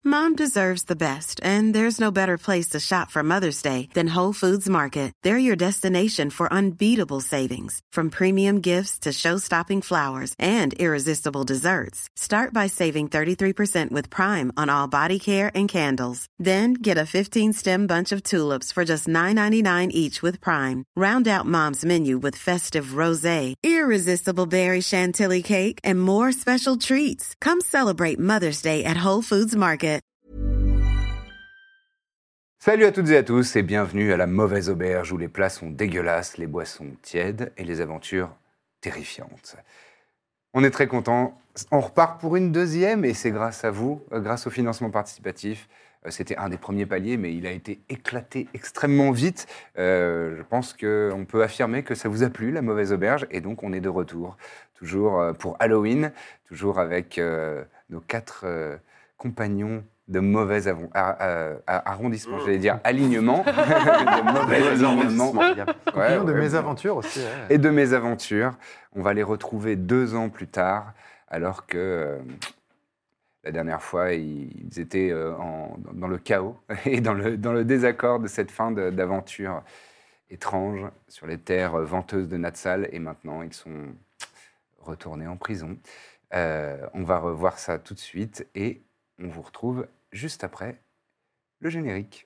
Mom deserves the best, and there's no better place to shop for Mother's Day than Whole Foods Market. They're your destination for unbeatable savings, from premium gifts to show-stopping flowers and irresistible desserts. Start by saving 33% with Prime on all body care and candles. Then get a 15-stem bunch of tulips for just $9.99 each with Prime. Round out Mom's menu with festive rosé, irresistible berry chantilly cake, and more special treats. Come celebrate Mother's Day at Whole Foods Market. Salut à toutes et à tous et bienvenue à la mauvaise auberge où les plats sont dégueulasses, les boissons tièdes et les aventures terrifiantes. On est très contents. On repart pour une deuxième et c'est grâce à vous, grâce au financement participatif. C'était un des premiers paliers, mais il a été éclaté extrêmement vite. Je pense qu'on peut affirmer que ça vous a plu, la mauvaise auberge, et donc on est de retour, toujours pour Halloween, toujours avec nos 4 compagnons de mauvais arrondissement, j'allais dire alignement, de mauvais alignement. Compagnons de mésaventures aussi. Ouais. Et de mésaventures. On va les retrouver 2 ans plus tard, alors que... La dernière fois, ils étaient dans le chaos et dans le désaccord de cette fin d'aventure étrange sur les terres venteuses de Natsal. Et maintenant, ils sont retournés en prison. On va revoir ça tout de suite et on vous retrouve juste après le générique.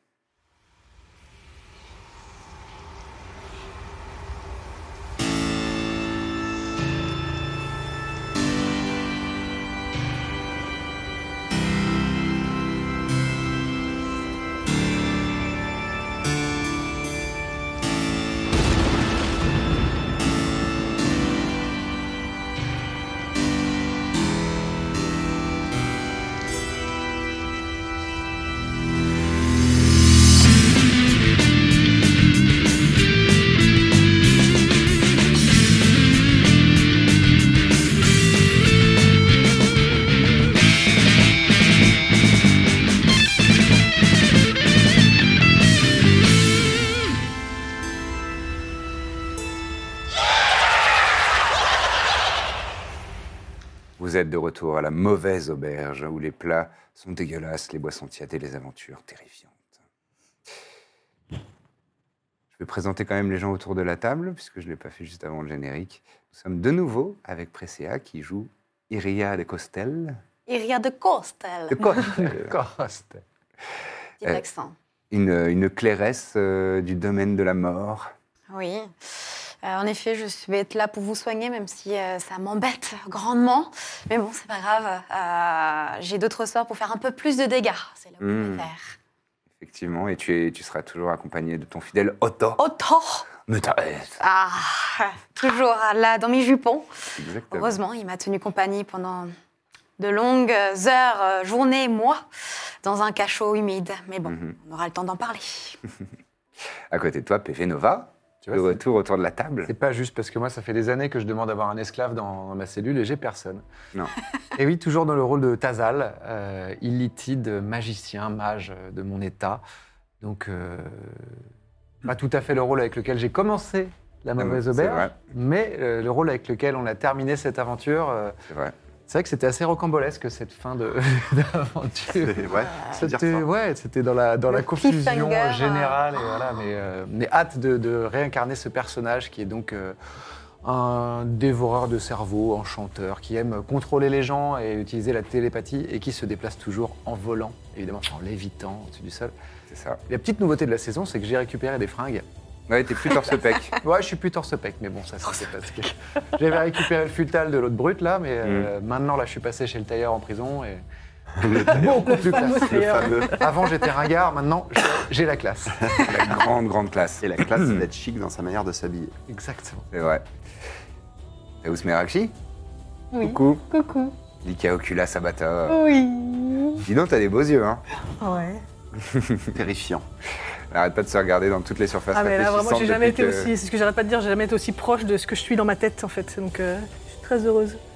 Vous êtes de retour à la mauvaise auberge où les plats sont dégueulasses, les boissons tièdes et les aventures terrifiantes. Je vais présenter quand même les gens autour de la table, puisque je ne l'ai pas fait juste avant le générique. Nous sommes de nouveau avec Presea qui joue Iria de Costel. Iria de Costel. De Costel. Costel. Petit accent. Une clairesse du domaine de la mort. Oui. En effet, je vais être là pour vous soigner, même si ça m'embête grandement. Mais bon, c'est pas grave. J'ai d'autres sorts pour faire un peu plus de dégâts. C'est là où je préfère. Effectivement, et tu seras toujours accompagné de ton fidèle Otto. Otto. Maîtresse. Ah, toujours là dans mes jupons. Exactement. Heureusement, il m'a tenu compagnie pendant de longues heures, journées, mois, dans un cachot humide. Mais bon, on aura le temps d'en parler. À côté de toi, PV Nova. Tu vois, de retour autour de la table. C'est pas juste parce que moi, ça fait des années que je demande d'avoir un esclave dans ma cellule et j'ai personne. Non. Et oui, toujours dans le rôle de Tazal, illitide, magicien, mage de mon état. Donc, pas tout à fait le rôle avec lequel j'ai commencé la mauvaise C'est auberge, vrai. mais le rôle avec lequel on a terminé cette aventure. C'est vrai. C'est vrai que c'était assez rocambolesque cette fin d'aventure. C'était dans la confusion cliffhanger, générale. Et voilà, mais hâte de réincarner ce personnage qui est donc un dévoreur de cerveau, enchanteur, qui aime contrôler les gens et utiliser la télépathie et qui se déplace toujours en volant, évidemment en lévitant au-dessus du sol. C'est ça. La petite nouveauté de la saison, c'est que j'ai récupéré des fringues. Ouais, t'es plus torse-pec. Ouais, je suis plus torse-pec, mais bon, ça c'est parce que j'avais récupéré le futal de l'autre brute là, mais maintenant là, je suis passé chez le tailleur en prison et beaucoup plus classe. Le fameux. Avant, j'étais ringard, maintenant j'ai la classe. La grande classe. Et la classe, c'est d'être chic dans sa manière de s'habiller. Exactement. C'est vrai. Et Ousmerakchi. Oui. Coucou. Lika Ocula Sabata. Oui. Dis donc, t'as des beaux yeux, hein. Ouais. Terrifiant. Arrête pas de se regarder dans toutes les surfaces Ah mais là vraiment, j'ai jamais été depuis que- aussi, c'est ce que j'arrête pas de dire, j'ai jamais été aussi proche de ce que je suis dans ma tête en fait. Donc je suis très heureuse.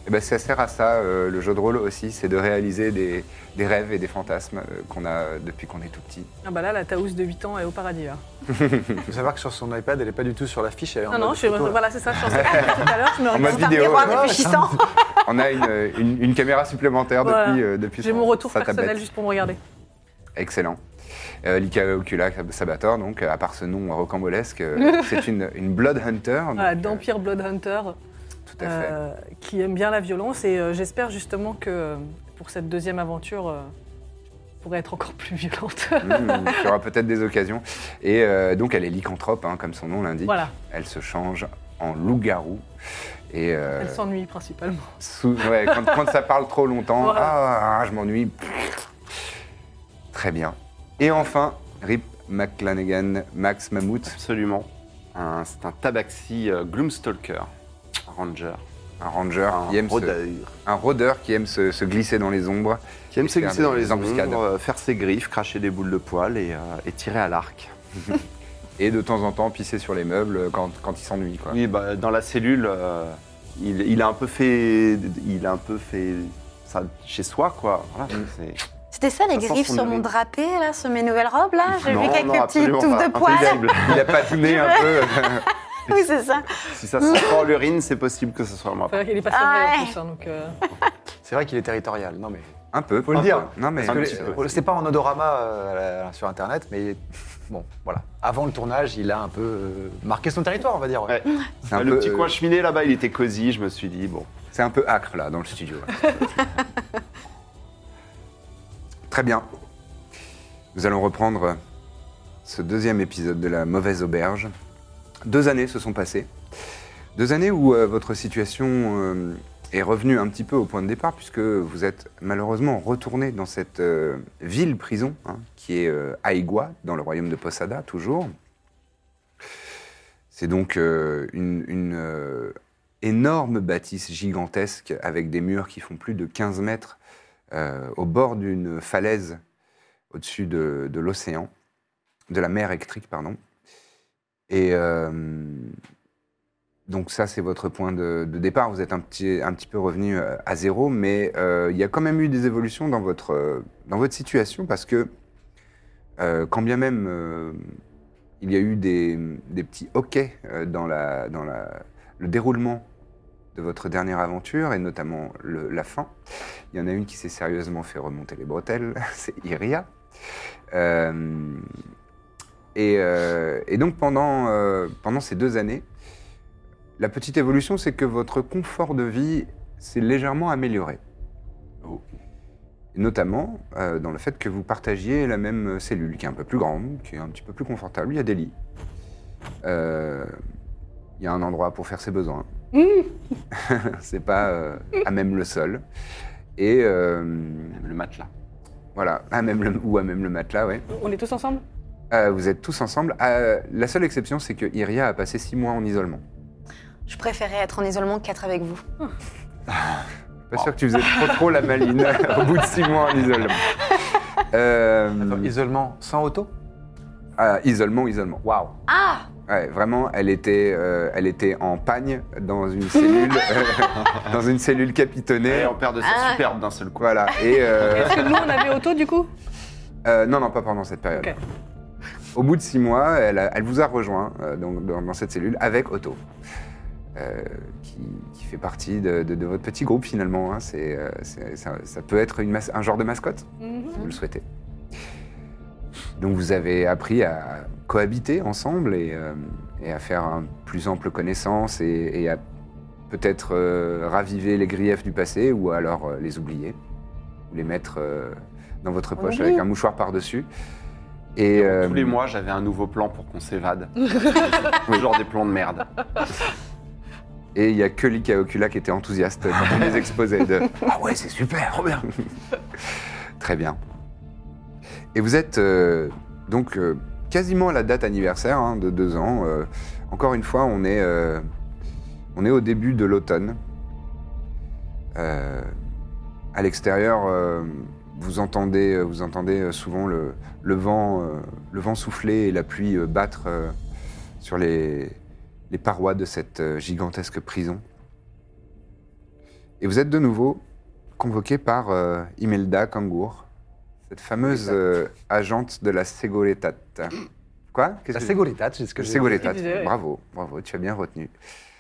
Et ben, ça sert à ça, le jeu de rôle aussi, c'est de réaliser des rêves et des fantasmes qu'on a depuis qu'on est tout petit. Ah bah là, la Taous de 8 ans est au paradis. Là. Il faut savoir que sur son iPad, elle n'est pas du tout sur la fiche. Elle est en Non, non, mode photo, là. voilà, c'est ça. Je pensais tout à l'heure, je me En mode regarde. vidéo. Miroir réfléchissant. On a une caméra supplémentaire Voilà. depuis J'ai mon retour sa personnel tablette. juste pour me regarder. Excellent. Lika Ocula Sabator, donc, à part ce nom rocambolesque, c'est une Blood Hunter. Voilà, donc, d'Empire Blood Hunter, tout à fait. qui aime bien la violence. Et j'espère justement que pour cette deuxième aventure, je pourrais être encore plus violente. Il y aura peut-être des occasions. Et donc, elle est lycanthrope, hein, comme son nom l'indique. Voilà, Elle se change en loup-garou. Et elle s'ennuie principalement. ouais, quand ça parle trop longtemps, Voilà. je m'ennuie. Très bien. Et enfin, Rip McClanagan, Max Mammouth, Absolument. C'est un tabaxi Gloomstalker, un ranger. un ranger qui aime rôdeur. un rôdeur qui aime se glisser dans les ombres. Qui aime Et se faire glisser dans des les embuscades. ombres, faire ses griffes, cracher des boules de poil et tirer à l'arc. Et de temps en temps pisser sur les meubles quand il s'ennuie, quoi. Oui, bah, dans la cellule, il a un peu fait ça chez soi, quoi. Voilà, c'est- C'était ça, les Ça sent griffes son sur mon urine. drapé, là, sur mes nouvelles robes, là. J'ai vu Non, quelques non, petites absolument touffes pas. de poils. Impeccable. Il a patiné un peu. Oui, c'est ça. Si ça sent fort l'urine, c'est possible que ce soit moi. Il est pas Ah serré en ouais. plus, hein, donc C'est vrai qu'il est territorial. Non, mais. Un peu. Faut le dire. Non, mais Parce que petit peu. c'est pas en odorama sur Internet, mais bon, voilà. Avant le tournage, il a un peu marqué son territoire, on va dire. Ouais. c'est un Le peu, petit coin cheminée là-bas, il était cosy. Je me suis dit, bon. c'est un peu âcre, là, dans le studio. Très bien. Nous allons reprendre ce deuxième épisode de la mauvaise auberge. 2 années se sont passées. 2 années où votre situation est revenue un petit peu au point de départ, puisque vous êtes malheureusement retourné dans cette ville-prison, hein, qui est Aigua, dans le royaume de Posada, toujours. C'est donc une énorme bâtisse gigantesque avec des murs qui font plus de 15 mètres au bord d'une falaise au-dessus de l'océan, de la mer électrique, pardon. Et donc ça, c'est votre point de départ. Vous êtes un petit peu revenu à zéro, mais il y a quand même eu des évolutions dans votre situation, parce que quand bien même il y a eu des petits hoquets dans le déroulement de votre dernière aventure, et notamment la fin. Il y en a une qui s'est sérieusement fait remonter les bretelles, c'est Iria. Et donc pendant ces 2 années, la petite évolution, c'est que votre confort de vie s'est légèrement amélioré. Et notamment dans le fait que vous partagiez la même cellule, qui est un peu plus grande, qui est un petit peu plus confortable. Il y a des lits. Il y a un endroit pour faire ses besoins. C'est pas à même le sol. Et Même le matelas. voilà, à même le matelas, ouais. on est tous ensemble. Vous êtes tous ensemble. La seule exception, c'est que Iria a passé 6 mois en isolement. Je préférais être en isolement qu'être avec vous. Pas sûr que tu faisais trop la maline au bout de 6 mois en isolement. Attends, isolement sans auto. Isolement. Waouh. Ah, Ouais, vraiment, elle était en pagne dans une cellule, dans une cellule capitonnée. Et on perd de sa Ah. superbe d'un seul coup. Voilà. Et Est-ce que nous, on avait auto du coup? non, pas pendant cette période. Ok. Au bout de 6 mois, elle vous a rejoint dans cette cellule avec Otto, qui fait partie de votre petit groupe finalement. Hein. Ça peut être un genre de mascotte, si vous le souhaitez. Donc vous avez appris à cohabiter ensemble et à faire une plus ample connaissance et à peut-être raviver les griefs du passé ou alors les oublier, ou les mettre dans votre poche oublie. avec un mouchoir par-dessus. Et Tous les mois, j'avais un nouveau plan pour qu'on s'évade. Genre des plans de merde. Et il n'y a que Lika Ocula qui était enthousiaste quand on les exposait de « Ah ouais, c'est super, trop bien !» Très bien. Et vous êtes donc quasiment à la date anniversaire hein, de 2 ans. Encore une fois, on est au début de l'automne. À l'extérieur, vous entendez souvent le vent souffler et la pluie battre sur les parois de cette gigantesque prison. Et vous êtes de nouveau convoqué par Imelda Kangour, cette fameuse agente de la Seguretat. Quoi? La Seguretat, c'est ce que j'ai Seguretat, dit. Ouais. bravo, tu as bien retenu.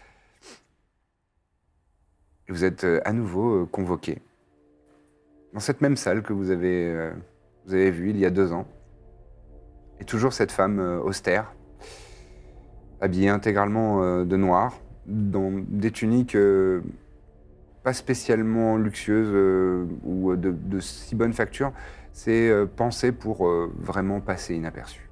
Et vous êtes à nouveau convoqué dans cette même salle que vous avez vue il y a 2 ans. Et toujours cette femme austère, habillée intégralement de noir, dans des tuniques pas spécialement luxueuses ou de si bonne facture. C'est pensé pour vraiment passer inaperçu.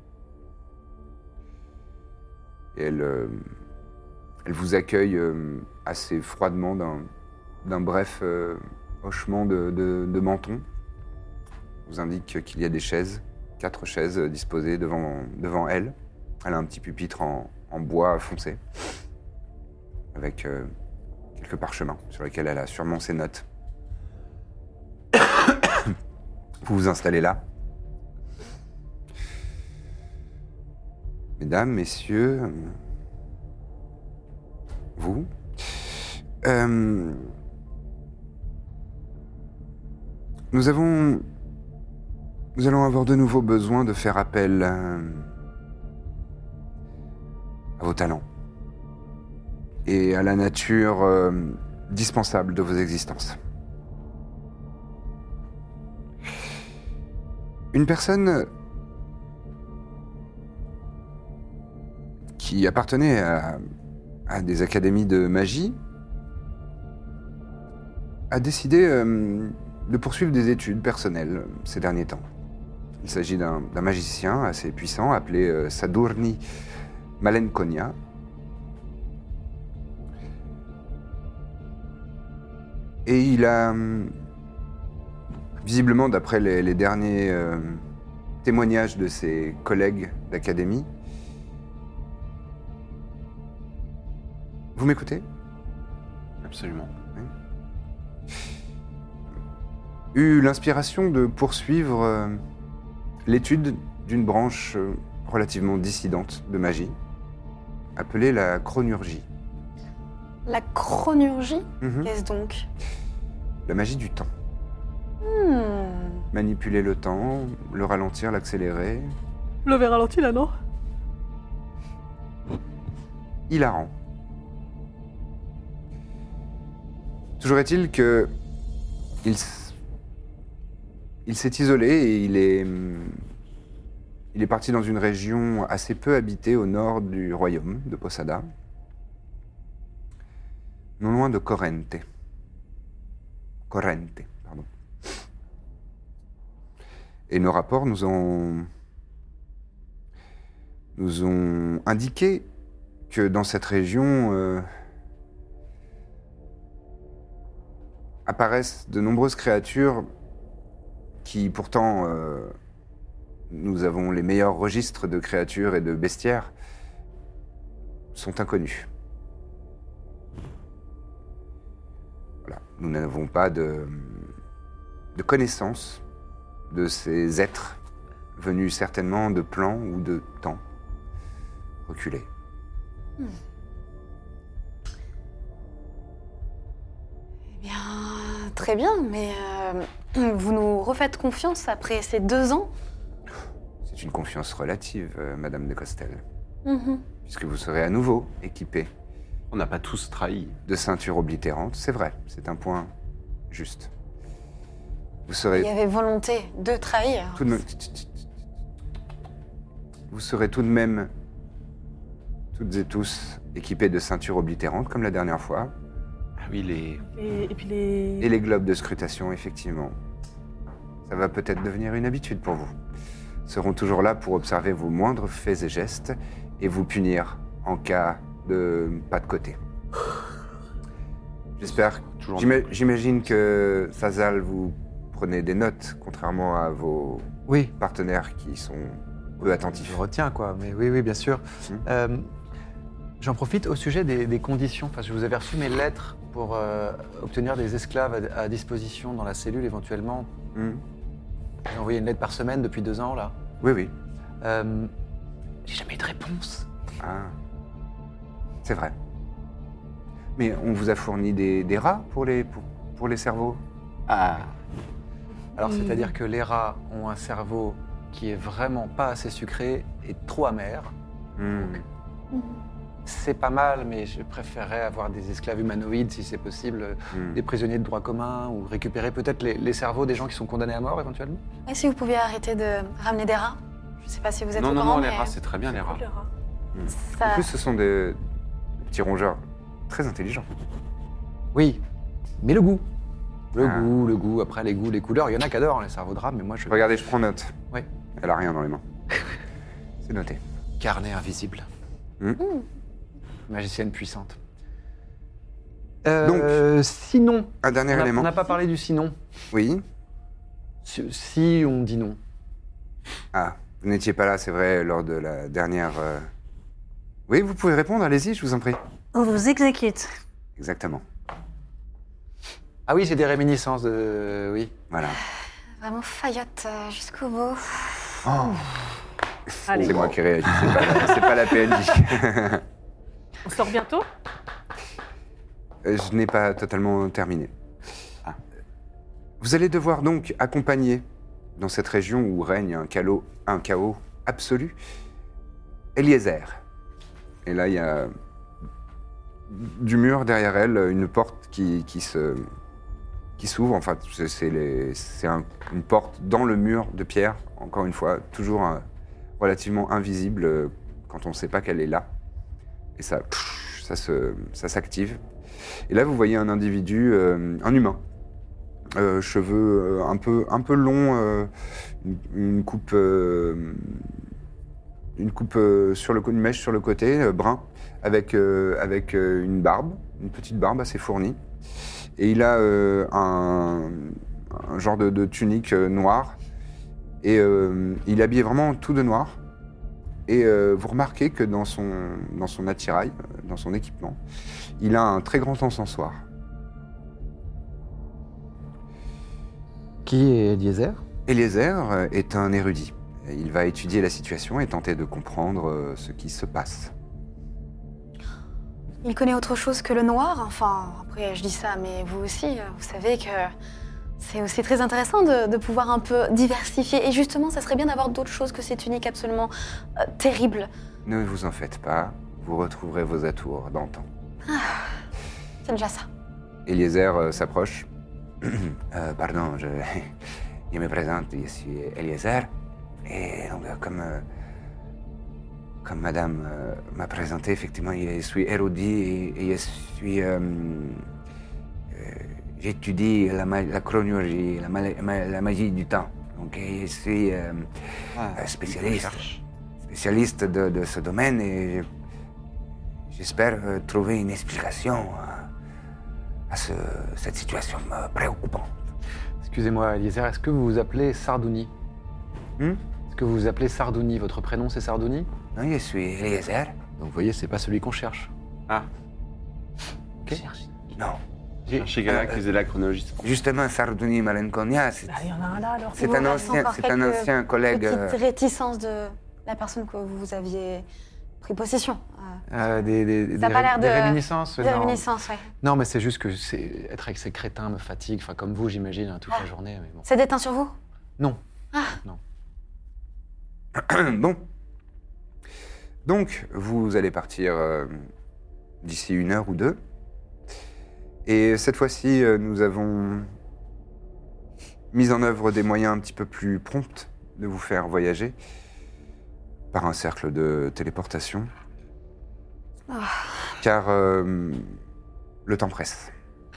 Et elle vous accueille assez froidement d'un bref hochement de menton. Vous indique qu'il y a des chaises, 4 chaises disposées devant elle. Elle a un petit pupitre en bois foncé, avec quelques parchemins sur lesquels elle a sûrement ses notes. Vous vous installez là. Mesdames, messieurs, vous, nous allons avoir de nouveau besoin de faire appel à vos talents et à la nature dispensable de vos existences. Une personne qui appartenait à des académies de magie a décidé de poursuivre des études personnelles ces derniers temps. Il s'agit d'un magicien assez puissant appelé Sadurni Malenkonia. Et il a, visiblement d'après les derniers témoignages de ses collègues d'académie, vous m'écoutez? Absolument. Eu l'inspiration de poursuivre l'étude d'une branche relativement dissidente de magie, appelée la chronurgie. La chronurgie, Mhm. qu'est-ce donc? La magie du temps. Manipuler le temps, le ralentir, l'accélérer. Le verre ralenti là, non? Hilarant. Toujours est-il que il s'est isolé et il est parti dans une région assez peu habitée au nord du royaume de Posada, non loin de Corrente. Corrente, pardon. Et nos rapports nous ont indiqué que dans cette région apparaissent de nombreuses créatures qui, pourtant, nous avons les meilleurs registres de créatures et de bestiaires, sont inconnues. Voilà. Nous n'avons pas de connaissance de ces êtres venus certainement de plans ou de temps reculés. Eh bien, très bien, mais vous nous refaites confiance après ces 2 ans? C'est une confiance relative, Madame de Costel, Mhm. puisque vous serez à nouveau équipée On n'a pas tous trahi. de ceintures oblitérantes. C'est vrai, c'est un point juste. Vous Il y serez avait volonté de trahir. tout de même... Vous serez tout de même, toutes et tous, équipés de ceintures oblitérantes, comme la dernière fois. Ah oui, les... Et puis les... Et les globes de scrutation, effectivement. Ça va peut-être devenir une habitude pour vous. Seront toujours là pour observer vos moindres faits et gestes et vous punir en cas de pas de côté. J'espère... Toujours J'imagine que Fazal, vous prenez des notes, contrairement à vos Oui, partenaires qui sont peu attentifs. je retiens quoi, mais oui, bien sûr. J'en profite au sujet des conditions. Enfin, je vous avais reçu mes lettres pour obtenir des esclaves à disposition dans la cellule éventuellement. Hmm. J'ai envoyé une lettre par semaine depuis 2 ans là. Oui, oui. J'ai jamais eu de réponse. Ah. C'est vrai. Mais on vous a fourni des rats pour pour les cerveaux. Ah. Alors, c'est-à-dire que les rats ont un cerveau qui est vraiment pas assez sucré et trop amer. C'est pas mal, mais je préférerais avoir des esclaves humanoïdes, si c'est possible, des prisonniers de droit commun, ou récupérer peut-être les cerveaux des gens qui sont condamnés à mort, éventuellement. Et si vous pouviez arrêter de ramener des rats? Je sais pas si vous êtes Non, au non, courant, non, les mais rats, c'est très bien, les rats. Le rat. ça- En plus, ce sont des petits rongeurs très intelligents. Oui, mais le goût. Le Ah. goût, après les goûts, les couleurs, il y en a qui adorent les cerveaux de rats, mais moi je... Regardez, je prends note. Oui. Elle a rien dans les mains. C'est noté. Carnet invisible. Magicienne puissante. Donc, sinon, un dernier on élément. n'a pas parlé du sinon. Oui. Si on dit non. Ah, vous n'étiez pas là, c'est vrai, lors de la dernière... Oui, vous pouvez répondre, allez-y, je vous en prie. On vous exécute. Exactement. Ah oui, j'ai des réminiscences de... Oui. Voilà. Vraiment faillotte jusqu'au bout. Allez, C'est moi qui réagis, c'est pas la PNJ. on sort bientôt? Je n'ai pas totalement terminé. Vous allez devoir donc accompagner, dans cette région où règne un chaos absolu, Eliezer. Et là, il y a du mur derrière elle, une porte qui s'ouvre. Enfin, c'est une porte dans le mur de pierre, encore une fois, toujours relativement invisible quand on ne sait pas qu'elle est là. Et ça s'active. Et là, vous voyez un individu, un humain, cheveux un peu longs, une coupe sur le une mèche sur le côté, brun, avec une barbe, une petite barbe assez fournie. Et il a un genre de tunique noire. Et il est habillé vraiment tout de noir. Et vous remarquez que dans son attirail, dans son équipement, il a un très grand encensoir. Qui est Eliezer? Eliezer est un érudit. Il va étudier la situation et tenter de comprendre ce qui se passe. Il connaît autre chose que le noir. Enfin, après, je dis ça, mais vous aussi, vous savez que c'est aussi très intéressant de pouvoir un peu diversifier. Et justement, ça serait bien d'avoir d'autres choses que ces tuniques absolument terribles. Ne vous en faites pas, vous retrouverez vos atours d'antan. C'est déjà ça. Eliezer s'approche. Pardon, je me présente, je suis Eliezer. Et donc, comme madame m'a présenté, effectivement, je suis érudit et j'étudie la chronologie, la magie du temps. Donc, je suis spécialiste de ce domaine et j'espère trouver une explication à cette situation préoccupante. Excusez-moi, Eliezer, est-ce que vous vous appelez Sardouni? Est-ce que vous vous appelez Sardouni? Votre prénom, c'est Sardouni? Non, je suis Eliezer. Donc, vous voyez, c'est pas celui qu'on cherche. Ah, Non. chercher quelqu'un qui faisait la chronologie. Justement, Sardouni Malenkonia, Ah, il y en a un là alors. c'est Vous un reste encore ancien collègue. Petite réticence de la personne que vous aviez pris possession. Des Ça a pas l'air des de- réminiscences? Des non. réminiscences, ouais. Non, mais c'est juste que être avec ces crétins me fatigue. Enfin, comme vous, j'imagine, hein, toute la journée. Mais bon. C'est déteint sur vous? Non. Bon. Donc, vous allez partir d'ici 1 heure ou 2. Et cette fois-ci, nous avons mis en œuvre des moyens un petit peu plus prompts de vous faire voyager par un cercle de téléportation. Car le temps presse.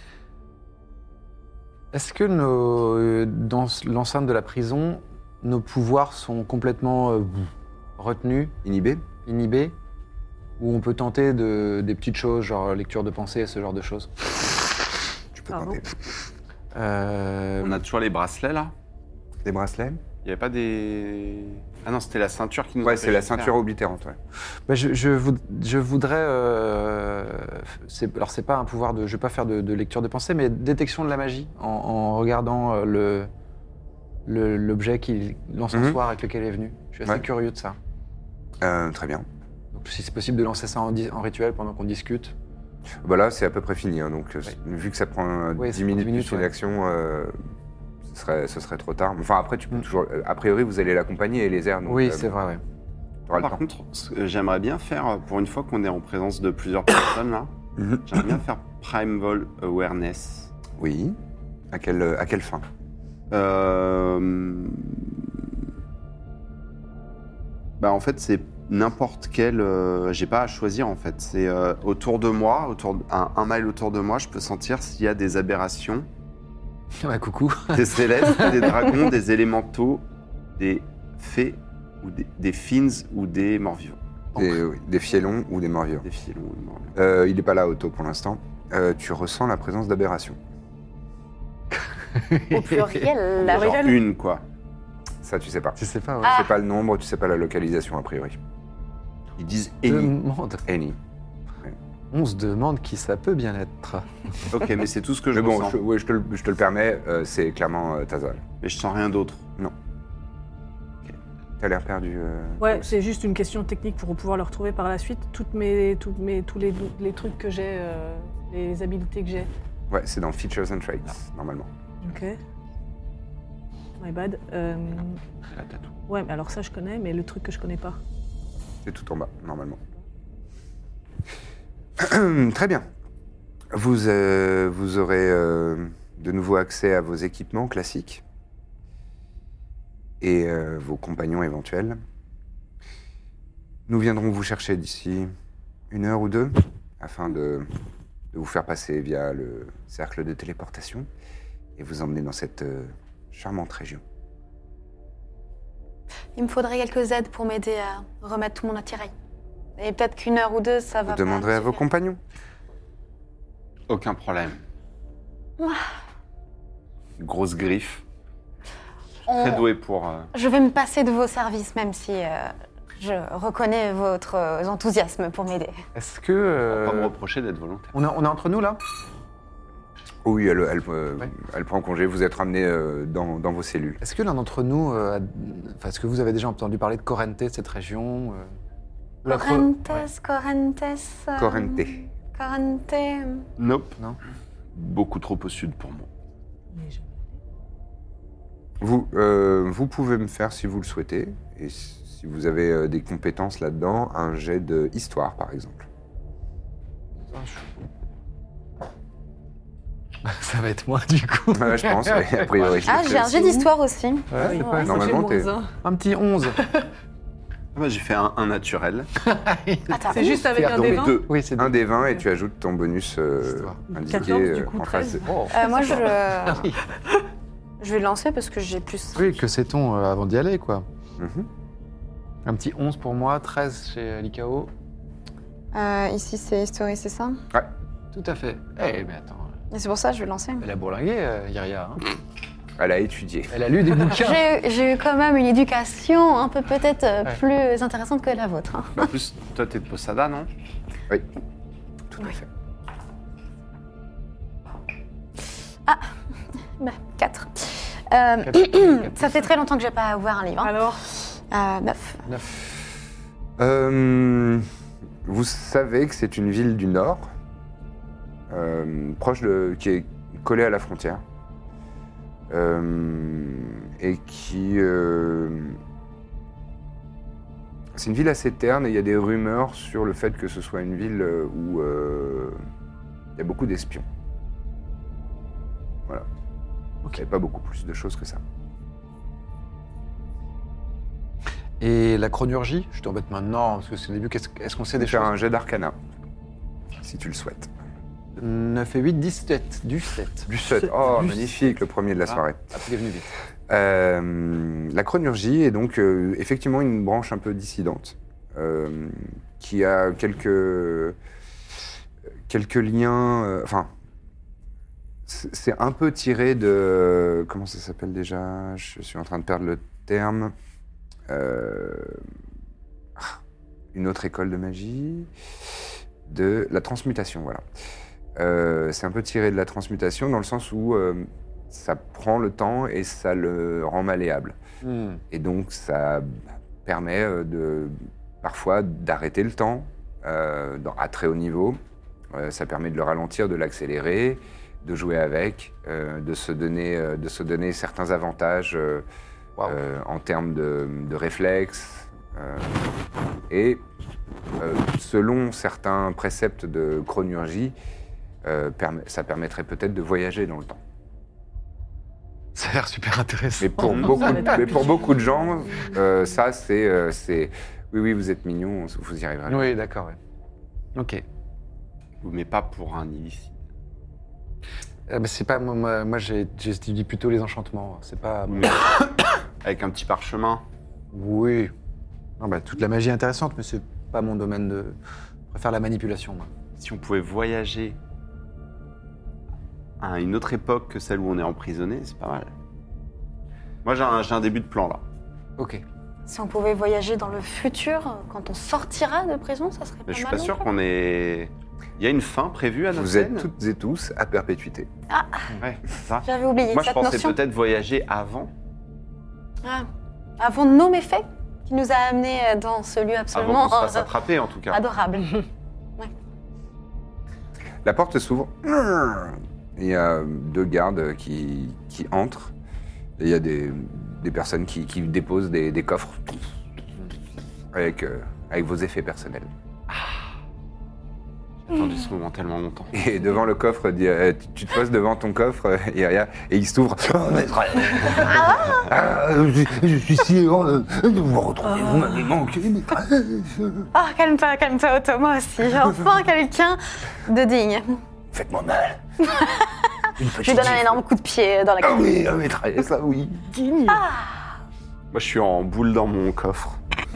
Est-ce que dans l'enceinte de la prison, nos pouvoirs sont complètement retenus, Inhibé? inhibés? Ou on peut tenter des petites choses, genre lecture de pensée, ce genre de choses? Tu peux Pardon. tenter. On a toujours les bracelets là. Des bracelets? Il n'y avait pas des. Ah non, c'était la ceinture qui nous Ouais, c'est la empêchait de ceinture faire. oblitérante, ouais. Bah, je voudrais... alors, c'est pas un pouvoir de... Je vais pas faire de lecture de pensée, mais détection de la magie, en regardant l'objet, l'encensoir avec lequel il est venu. Je suis assez Ouais. curieux de ça. Très bien. Donc, si c'est possible de lancer ça en rituel pendant qu'on discute. Voilà, c'est à peu près fini. Hein, donc, vu que ça prend Oui, 10 ça prend minutes 10 minutes, plus une ouais. action, ce serait trop tard. Enfin, après, tu peux toujours. A priori, vous allez l'accompagner, Eliezer. donc, Oui, c'est vrai, ouais. t'auras le Par temps. contre, ce que j'aimerais bien faire, pour une fois qu'on est en présence de plusieurs personnes là, Mhm. j'aimerais bien faire Primeval Awareness. Oui. À quelle fin? Bah en fait c'est n'importe quel. J'ai pas à choisir en fait. C'est autour de moi, un mile autour de moi, je peux sentir s'il y a des aberrations, Ouais, coucou. des célestes, des dragons, des élémentaux, des fées ou des fins ou des morts-vivants. Des fielons ou des morts-vivants. Des filons ou des morts-vivants. Il n'est pas là, Otto, pour l'instant. Tu ressens la présence d'aberrations. Au pluriel, la Genre une quoi. Ça, tu sais pas. Tu sais pas, ouais. Ah. Tu sais pas le nombre, tu sais pas la localisation, a priori. Ils disent any. Demande. Any. On se demande qui ça peut bien être. Ok, mais c'est tout ce que je Mais bon, ressens. je te le permets, c'est clairement Tazal. Mais je sens rien d'autre. T'as l'air perdu. Ouais, c'est juste une question technique pour pouvoir le retrouver par la suite. Tous les trucs que j'ai, les habilités que j'ai. Ouais, c'est dans Features and Traits, normalement. Ok. My bad. La tatou. Ouais, mais alors ça je connais, mais le truc que je connais pas. C'est tout en bas, normalement. Très bien. Vous aurez de nouveau accès à vos équipements classiques et vos compagnons éventuels. Nous viendrons vous chercher d'ici 1 heure ou 2 afin de vous faire passer via le cercle de téléportation et vous emmener dans cette charmante région. Il me faudrait quelques aides pour m'aider à remettre tout mon attirail. Et peut-être qu'1 heure ou 2, ça va Vous pas demanderez à vos suffire. compagnons. Aucun problème. Grosse griffe. Très doué pour. Je vais me passer de vos services, même si je reconnais votre enthousiasme pour m'aider. Est-ce que. Pas me reprocher d'être volontaire. On est entre nous, là? Oui, elle prend congé. Vous êtes ramenés dans vos cellules. Est-ce que l'un d'entre nous. Enfin, est-ce que vous avez déjà entendu parler de Corrente, cette région Ou la Cro- Correntes... Corrente. Corrente... Nope. Non. Beaucoup trop au sud pour moi. Mais je- Vous pouvez me faire, si vous le souhaitez, et si vous avez des compétences là-dedans, un jet de histoire, par exemple. Ça va être moi, du coup. Ouais, je pense, oui, a priori. Ah, j'ai un jet d'histoire aussi. Ouais, c'est pas- Normalement, j'ai t'es- moins un. Un petit 11. Ah bah, j'ai fait un naturel. Attends, C'est juste avec un Donc des 20. deux. Oui, c'est Un des 20 et tu ajoutes ton bonus Histoire. indiqué 14, du coup, en face. 13. Oh. moi je vais lancer parce que j'ai plus. Oui, que sait-on avant d'y aller, quoi. Mhm. Un petit 11 pour moi, 13 chez Likao. Ici c'est History, c'est ça? Tout à fait. Eh, mais attends, Et c'est pour ça que je vais lancer. elle a bourlingué, Iria. Hein. Elle a étudié. Elle a lu des bouquins. J'ai eu quand même une éducation un peu peut-être Ouais. plus intéressante que la vôtre. Hein. En plus, toi, t'es de Posada, non? Tout à fait. 4. Quatre. Ça fait très longtemps que j'ai pas ouvert un livre. Alors, 9. 9. Vous savez que c'est une ville du nord, qui est collée à la frontière, et qui... c'est une ville assez terne et il y a des rumeurs sur le fait que ce soit une ville où il y a beaucoup d'espions. Voilà. Ok. Il n'y a pas beaucoup plus de choses que ça. Et la chronurgie, je t'embête maintenant, parce que c'est le début. Est-ce qu'on sait des Faire choses un jet d'arcana, si tu le souhaites. 9 et 8, 17. Du 7. Du 7. Oh, Du magnifique, le premier de la soirée. Ah, il est venu vite. La chronurgie est donc effectivement une branche un peu dissidente qui a quelques liens. Enfin, c'est un peu tiré de. Comment ça s'appelle déjà? Je suis en train de perdre le terme. Une autre école de magie. De la transmutation, voilà. C'est un peu tiré de la transmutation dans le sens où ça prend le temps et ça le rend malléable. Et donc ça parfois d'arrêter le temps à très haut niveau Ça permet de le ralentir, de l'accélérer, de jouer avec, de se donner certains avantages en termes de réflexes. Et selon certains préceptes de chronurgie, ça permettrait peut-être de voyager dans le temps. Ça a l'air super intéressant. Mais pour beaucoup de gens, ça, c'est... Oui, vous êtes mignon, vous y arriverez. Oui, d'accord. Ouais. Ok. Mais pas pour un illicite. C'est pas moi j'étudie plutôt les enchantements. C'est pas. Avec un petit parchemin. Oui. Non, toute la magie est intéressante, mais c'est pas mon domaine de. Je préfère la manipulation, moi. Si on pouvait voyager à une autre époque que celle où on est emprisonné, c'est pas mal. Moi, j'ai un début de plan là. Ok. Si on pouvait voyager dans le futur, quand on sortira de prison, ça serait pas Mais mal. je suis pas non sûr plus. qu'on ait. Il y a une fin prévue à notre Vous scène. êtes toutes et tous à perpétuité. Ouais, c'est ça. J'avais oublié Moi, je cette pensais notion. peut-être voyager avant. Ah. Avant nos méfaits, qui nous a amenés dans ce lieu Avant absolument qu'on se fasse attraper, en tout cas. adorable. La porte s'ouvre. Il y a 2 gardes qui entrent. Et il y a des personnes qui déposent des coffres avec vos effets personnels. J'ai attendu ce moment tellement longtemps. Et devant le coffre, tu te poses devant ton coffre, et il s'ouvre. Oh, maître, je suis si heureux de vous retrouver. Vous m'avez manqué, maîtresse. Ah, calme-toi, Otto, moi aussi. Enfin, quelqu'un de digne. Faites-moi mal. Je lui donne un énorme coup de pied dans la Ah gueule. oui, maîtresse, ah oui. Moi, je suis en boule dans mon coffre.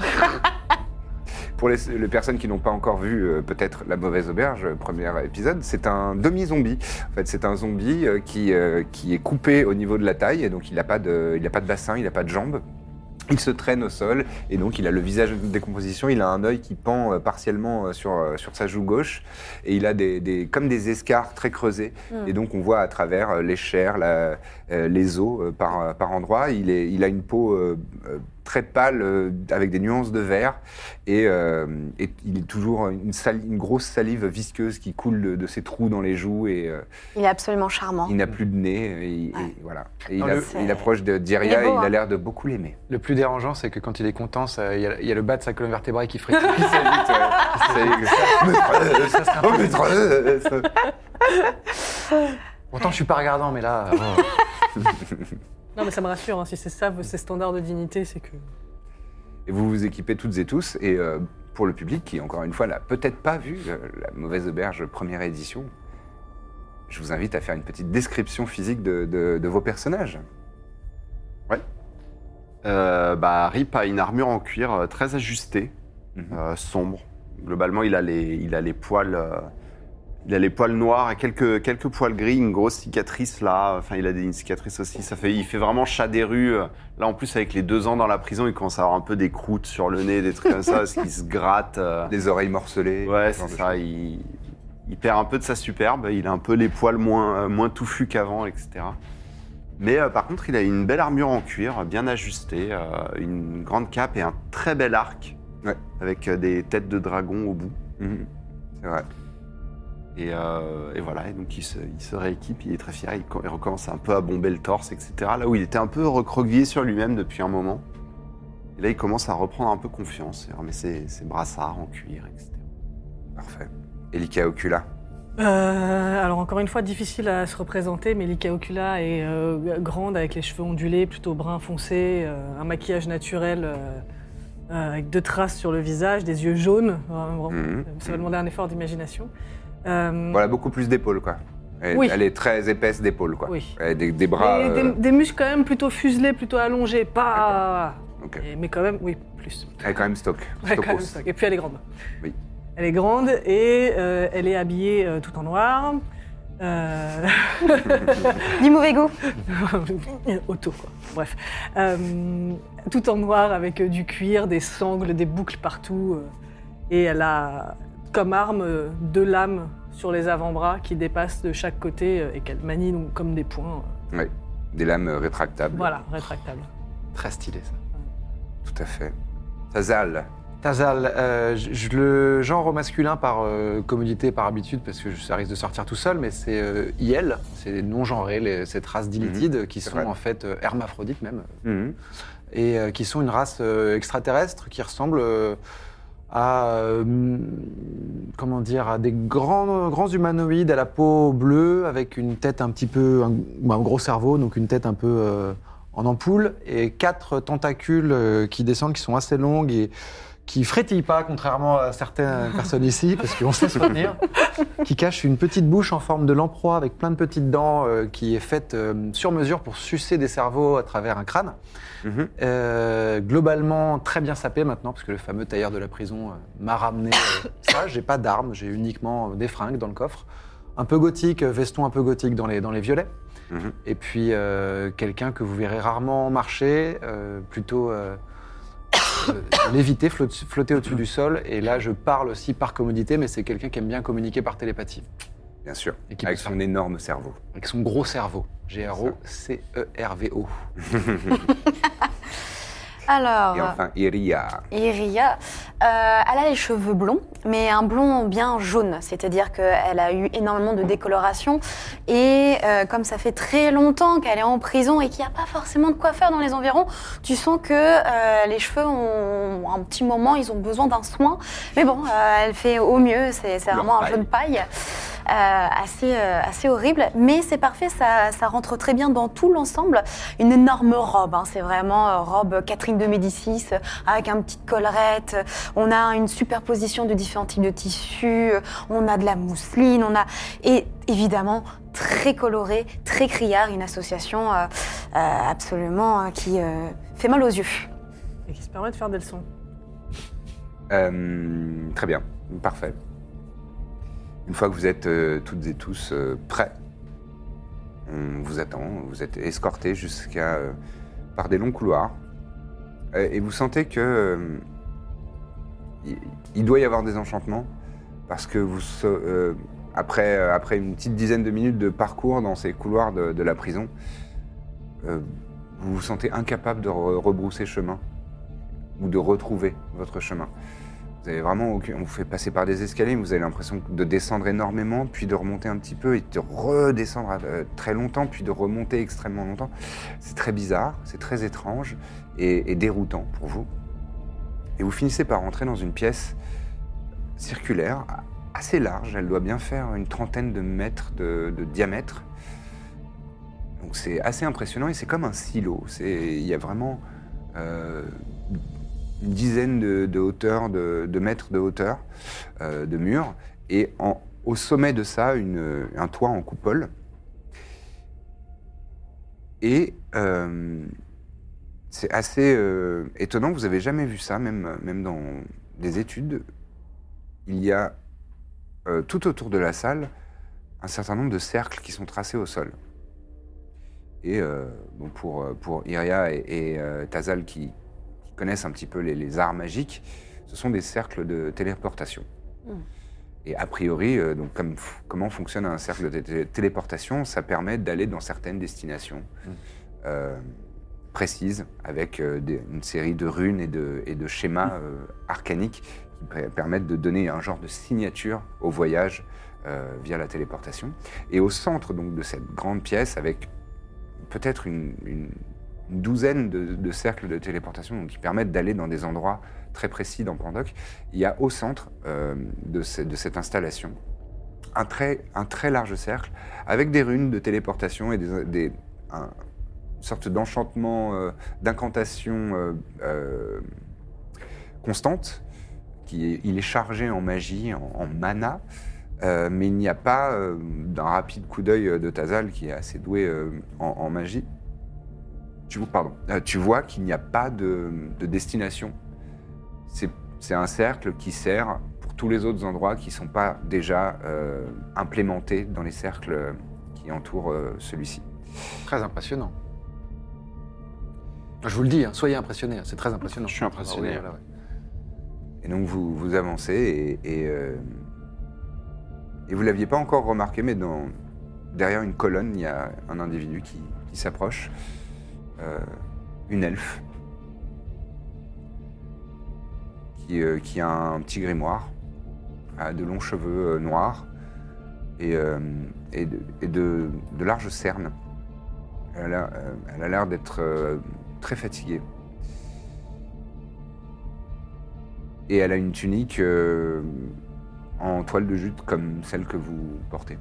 Pour les personnes qui n'ont pas encore vu peut-être La Mauvaise Auberge, premier épisode, c'est un demi-zombie. En fait, c'est un zombie qui est coupé au niveau de la taille, et donc il n'a pas de bassin, il n'a pas de jambes. Il se traîne au sol, et donc il a le visage de décomposition, il a un œil qui pend partiellement sur sa joue gauche, et il a comme des escarres très creusés, et donc on voit à travers les chairs, les os par endroits. Il a une peau très pâle, avec des nuances de vert, et il est toujours une grosse salive visqueuse qui coule de ses trous dans les joues, et Il est absolument charmant. il n'a plus de nez, et voilà. Et Non, il approche de Diria, Il est beau, et il a hein. l'air de beaucoup l'aimer. Le plus dérangeant, c'est que quand il est content, il y a le bas de sa colonne vertébrale qui frétille. Oh, maîtresse. Pourtant, je suis pas regardant, mais là. Non, mais ça me rassure, hein, si c'est ça, ces standards de dignité, c'est que... Et vous vous équipez toutes et tous, et pour le public qui, encore une fois, n'a peut-être pas vu La Mauvaise Auberge première édition, je vous invite à faire une petite description physique de vos personnages. Rip a une armure en cuir très ajustée, sombre. Globalement, il a les poils noirs et quelques poils gris, une grosse cicatrice là. Enfin, il a une cicatrice aussi. Il fait vraiment chat des rues. Là, en plus, avec les 2 ans dans la prison, il commence à avoir un peu des croûtes sur le nez, des trucs comme ça, parce qu'il se gratte. Des oreilles morcelées. Ouais, ce genre c'est de ça. choses. Il perd un peu de sa superbe. Il a un peu les poils moins touffus qu'avant, etc. Mais par contre, il a une belle armure en cuir, bien ajustée, une grande cape et un très bel arc, avec des têtes de dragon au bout. Mhm. C'est vrai. Et voilà, et donc il se rééquipe, il est très fier, il recommence un peu à bomber le torse, etc. Là où il était un peu recroquevillé sur lui-même depuis un moment. Et là, il commence à reprendre un peu confiance, et remet ses brassards en cuir, etc. Parfait. Elika Ocula. Alors encore une fois, difficile à se représenter, mais Lika Ocula est grande, avec les cheveux ondulés, plutôt brun foncé, un maquillage naturel avec 2 traces sur le visage, des yeux jaunes. Vraiment, ça va demander un effort d'imagination. Voilà, beaucoup plus d'épaules, quoi. Oui. Elle est très épaisse d'épaules, quoi. Oui. Elle a des bras... Et des muscles quand même plutôt fuselés, plutôt allongés, pas... Ok. Mais quand même, oui, plus. Elle est quand même stock. Ouais, quand même, Stockos. stock. Et puis elle est grande. Oui. Elle est grande et elle est habillée tout en noir. Du mauvais goût. Auto, quoi. Bref. Tout en noir avec du cuir, des sangles, des boucles partout. Et elle a comme arme 2 lames sur les avant-bras qui dépassent de chaque côté et qu'elle manie donc comme des poings. Oui. Des lames rétractables. Voilà, rétractables. Très stylé, ça. Tout à fait. Tazal. Tazal, le genre au masculin par commodité, par habitude, parce que ça risque de sortir tout seul, mais c'est IL, c'est non-genré, cette race d'Illithides qui sont vrai. en fait hermaphrodites même, Mhm. et qui sont une race extraterrestre qui ressemble à, comment dire, à des grands humanoïdes à la peau bleue, avec une tête un petit peu, un gros cerveau, donc une tête un peu en ampoule, et 4 tentacules qui descendent, qui sont assez longues et qui frétillent pas, contrairement à certaines personnes ici, parce qu'on sait se retenir, qui cachent une petite bouche en forme de lamproie avec plein de petites dents qui est faite sur mesure pour sucer des cerveaux à travers un crâne. Mhm. Globalement, très bien sapé maintenant, parce que le fameux tailleur de la prison m'a ramené ça. J'ai pas d'armes, j'ai uniquement des fringues dans le coffre. Un peu gothique, veston un peu gothique dans les violets. Mhm. Et puis quelqu'un que vous verrez rarement marcher, plutôt léviter, flotter au-dessus du sol. Et là, je parle aussi par commodité, mais c'est quelqu'un qui aime bien communiquer par télépathie. Bien sûr, Et qui avec peut son énorme cerveau. Avec son gros cerveau. G-R-O-C-E-R-V-O. Alors, Et enfin, Iria. Iria, elle a les cheveux blonds, mais un blond bien jaune, c'est-à-dire qu'elle a eu énormément de décoloration et comme ça fait très longtemps qu'elle est en prison et qu'il n'y a pas forcément de coiffeur dans les environs, tu sens que les cheveux ont un petit moment, ils ont besoin d'un soin, mais bon, elle fait au mieux, c'est vraiment un jaune paille. Assez horrible, mais c'est parfait, ça rentre très bien dans tout l'ensemble. Une énorme robe, hein, c'est vraiment robe Catherine de Médicis avec une petite collerette. On a une superposition de différents types de tissus, on a de la mousseline, et évidemment très coloré, très criard, une association absolument qui fait mal aux yeux. Et qui se permet de faire des leçons. Très bien, parfait. Une fois que vous êtes toutes et tous prêts, on vous attend, vous êtes escortés jusqu'à par des longs couloirs. Et vous sentez que il doit y avoir des enchantements, parce que après une petite dizaine de minutes de parcours dans ces couloirs de la prison, vous vous sentez incapable de rebrousser chemin ou de retrouver votre chemin. Vous avez vraiment on vous fait passer par des escaliers, vous avez l'impression de descendre énormément, puis de remonter un petit peu, et de redescendre très longtemps, puis de remonter extrêmement longtemps. C'est très bizarre, c'est très étrange et déroutant pour vous. Et vous finissez par rentrer dans une pièce circulaire, assez large, elle doit bien faire une trentaine de mètres de diamètre. Donc c'est assez impressionnant et c'est comme un silo. Il y a vraiment une dizaine de hauteur, de mètres de hauteur, de murs, et au sommet de ça, un toit en coupole. Et c'est assez étonnant, vous n'avez jamais vu ça, même dans des études. Il y a tout autour de la salle un certain nombre de cercles qui sont tracés au sol. Et bon, pour Iria et Tazal qui connaissent un petit peu les arts magiques, ce sont des cercles de téléportation. Et a priori, donc comment fonctionne un cercle de téléportation, ça permet d'aller dans certaines destinations précises, avec une série de runes et de schémas arcaniques qui permettent de donner un genre de signature au voyage via la téléportation. Et au centre donc, de cette grande pièce, avec peut-être une douzaine de cercles de téléportation donc, qui permettent d'aller dans des endroits très précis dans Pandoc, il y a au centre de cette installation un très large cercle avec des runes de téléportation et une sorte d'enchantement, d'incantation constante. Il est chargé en magie, en mana, mais il n'y a pas, d'un rapide coup d'œil de Tazal, qui est assez doué en magie, tu vois qu'il n'y a pas de destination. C'est un cercle qui sert pour tous les autres endroits qui ne sont pas déjà implémentés dans les cercles qui entourent celui-ci. Très impressionnant. Je vous le dis, hein, soyez impressionnés, c'est très impressionnant. Je suis impressionné. Ah oui, voilà, ouais. Et donc vous avancez et vous ne l'aviez pas encore remarqué, mais derrière une colonne, il y a un individu qui s'approche, une elfe, qui a un petit grimoire, a de longs cheveux noirs et de larges cernes. Elle a l'air d'être très fatiguée. Et elle a une tunique en toile de jute comme celle que vous portez.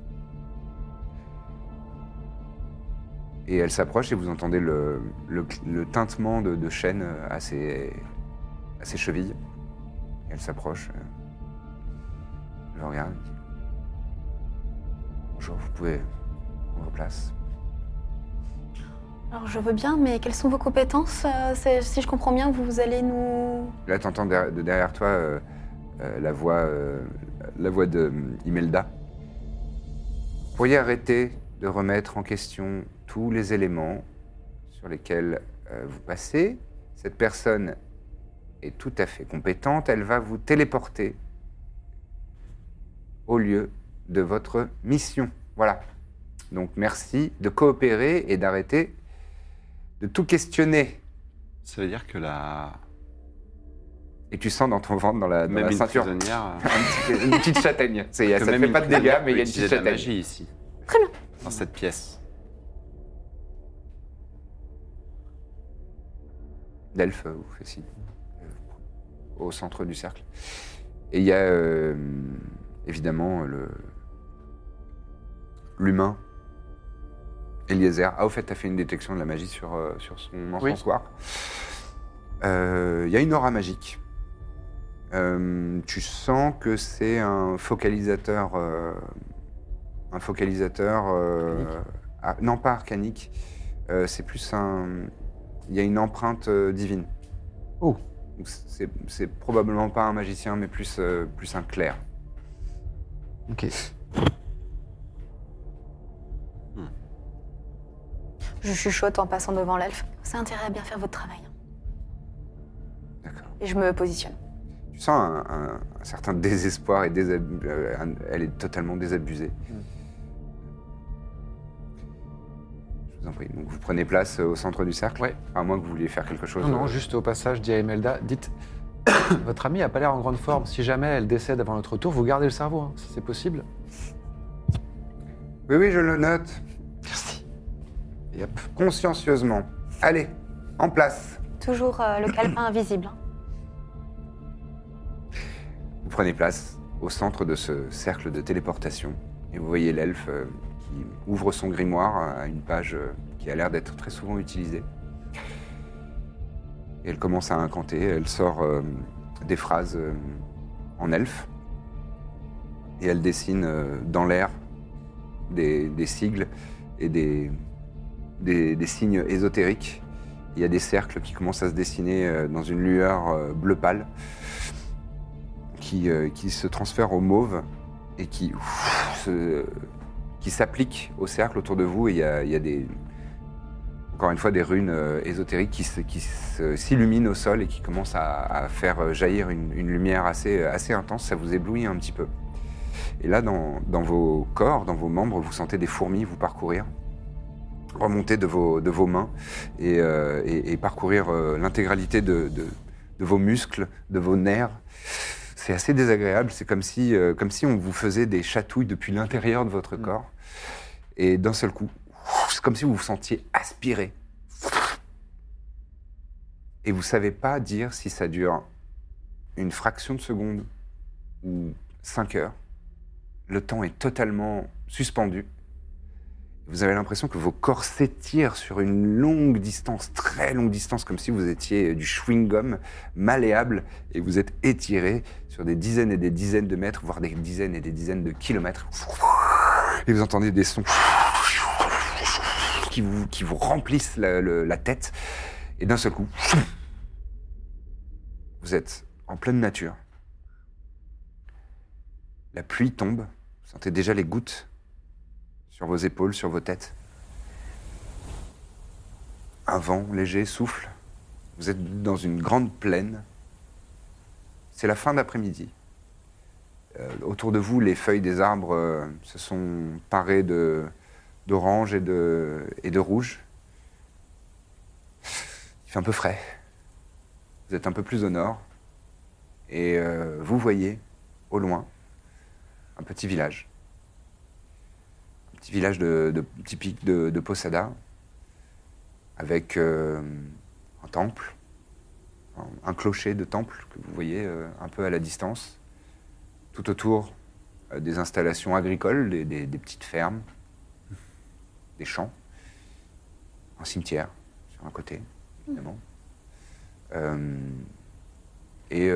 Et elle s'approche et vous entendez le tintement de chaînes à ses chevilles. Et elle s'approche. Elle le regarde. Elle dit, bonjour, vous pouvez prendre place. Alors je veux bien, mais quelles sont vos compétences Si je comprends bien, vous allez nous... Là, tu entends derrière toi la voix de Imelda. Vous pourriez arrêter de remettre en question tous les éléments sur lesquels vous passez. Cette personne est tout à fait compétente. Elle va vous téléporter au lieu de votre mission. Voilà. Donc merci de coopérer et d'arrêter de tout questionner. Ça veut dire que la... Et tu sens dans ton ventre, dans la Même une ceinture, prisonnière... une petite châtaigne. Ça que ne même fait une pas de dégâts, prisonnière mais il y a peut une petite utiliser de la châtaigne. magie ici. Très bien. Dans cette pièce. L'elfe vous fait signe. Au centre du cercle. Et il y a évidemment l'humain, Eliezer. Ah, au fait, tu as fait une détection de la magie sur son encensoir. Il y a une aura magique. Tu sens que c'est un focalisateur. Non, pas arcanique. C'est plus un. Il y a une empreinte divine. Oh. Donc c'est probablement pas un magicien, mais plus un clerc. Ok. Je chuchote en passant devant l'elfe. C'est intérêt à bien faire votre travail. D'accord. Et je me positionne. Tu sens un certain désespoir et elle est totalement désabusée. Je vous en prie. Donc vous prenez place au centre du cercle. Ouais. À moins que vous vouliez faire quelque chose. Non, juste au passage, dis à Imelda, dites, votre amie n'a pas l'air en grande forme. Si jamais elle décède avant notre tour, vous gardez le cerveau, hein, si c'est possible. Oui, je le note. Merci. Et hop, consciencieusement. Allez, en place. Toujours le calepin invisible. Vous prenez place au centre de ce cercle de téléportation et vous voyez l'elfe qui ouvre son grimoire à une page qui a l'air d'être très souvent utilisée. Et elle commence à incanter, elle sort des phrases en elfe et elle dessine dans l'air des sigles et des signes ésotériques. Il y a des cercles qui commencent à se dessiner dans une lueur bleu pâle qui se transfère au mauve et qui s'applique au cercle autour de vous. Et il y a encore une fois des runes ésotériques qui s'illuminent au sol et qui commencent à faire jaillir une lumière assez intense. Ça vous éblouit un petit peu. Et là, dans vos corps, dans vos membres, vous sentez des fourmis vous parcourir, remonter de vos mains et parcourir l'intégralité de vos muscles, de vos nerfs. C'est assez désagréable, c'est comme si on vous faisait des chatouilles depuis l'intérieur de votre corps. Et d'un seul coup, c'est comme si vous vous sentiez aspiré. Et vous ne savez pas dire si ça dure une fraction de seconde ou 5 heures. Le temps est totalement suspendu. Vous avez l'impression que vos corps s'étirent sur une longue distance, très longue distance, comme si vous étiez du chewing-gum malléable et vous êtes étiré sur des dizaines et des dizaines de mètres, voire des dizaines et des dizaines de kilomètres. Et vous entendez des sons qui vous remplissent la tête. Et d'un seul coup, vous êtes en pleine nature. La pluie tombe, vous sentez déjà les gouttes sur vos épaules, sur vos têtes. Un vent léger souffle. Vous êtes dans une grande plaine. C'est la fin d'après-midi. Autour de vous, les feuilles des arbres se sont parées d'orange et de rouge. Il fait un peu frais. Vous êtes un peu plus au nord. Et vous voyez, au loin, un petit village. Un petit village typique de Posada, avec un temple, un clocher de temple que vous voyez un peu à la distance. Tout autour, des installations agricoles, des petites fermes, des champs, un cimetière sur un côté, évidemment. Et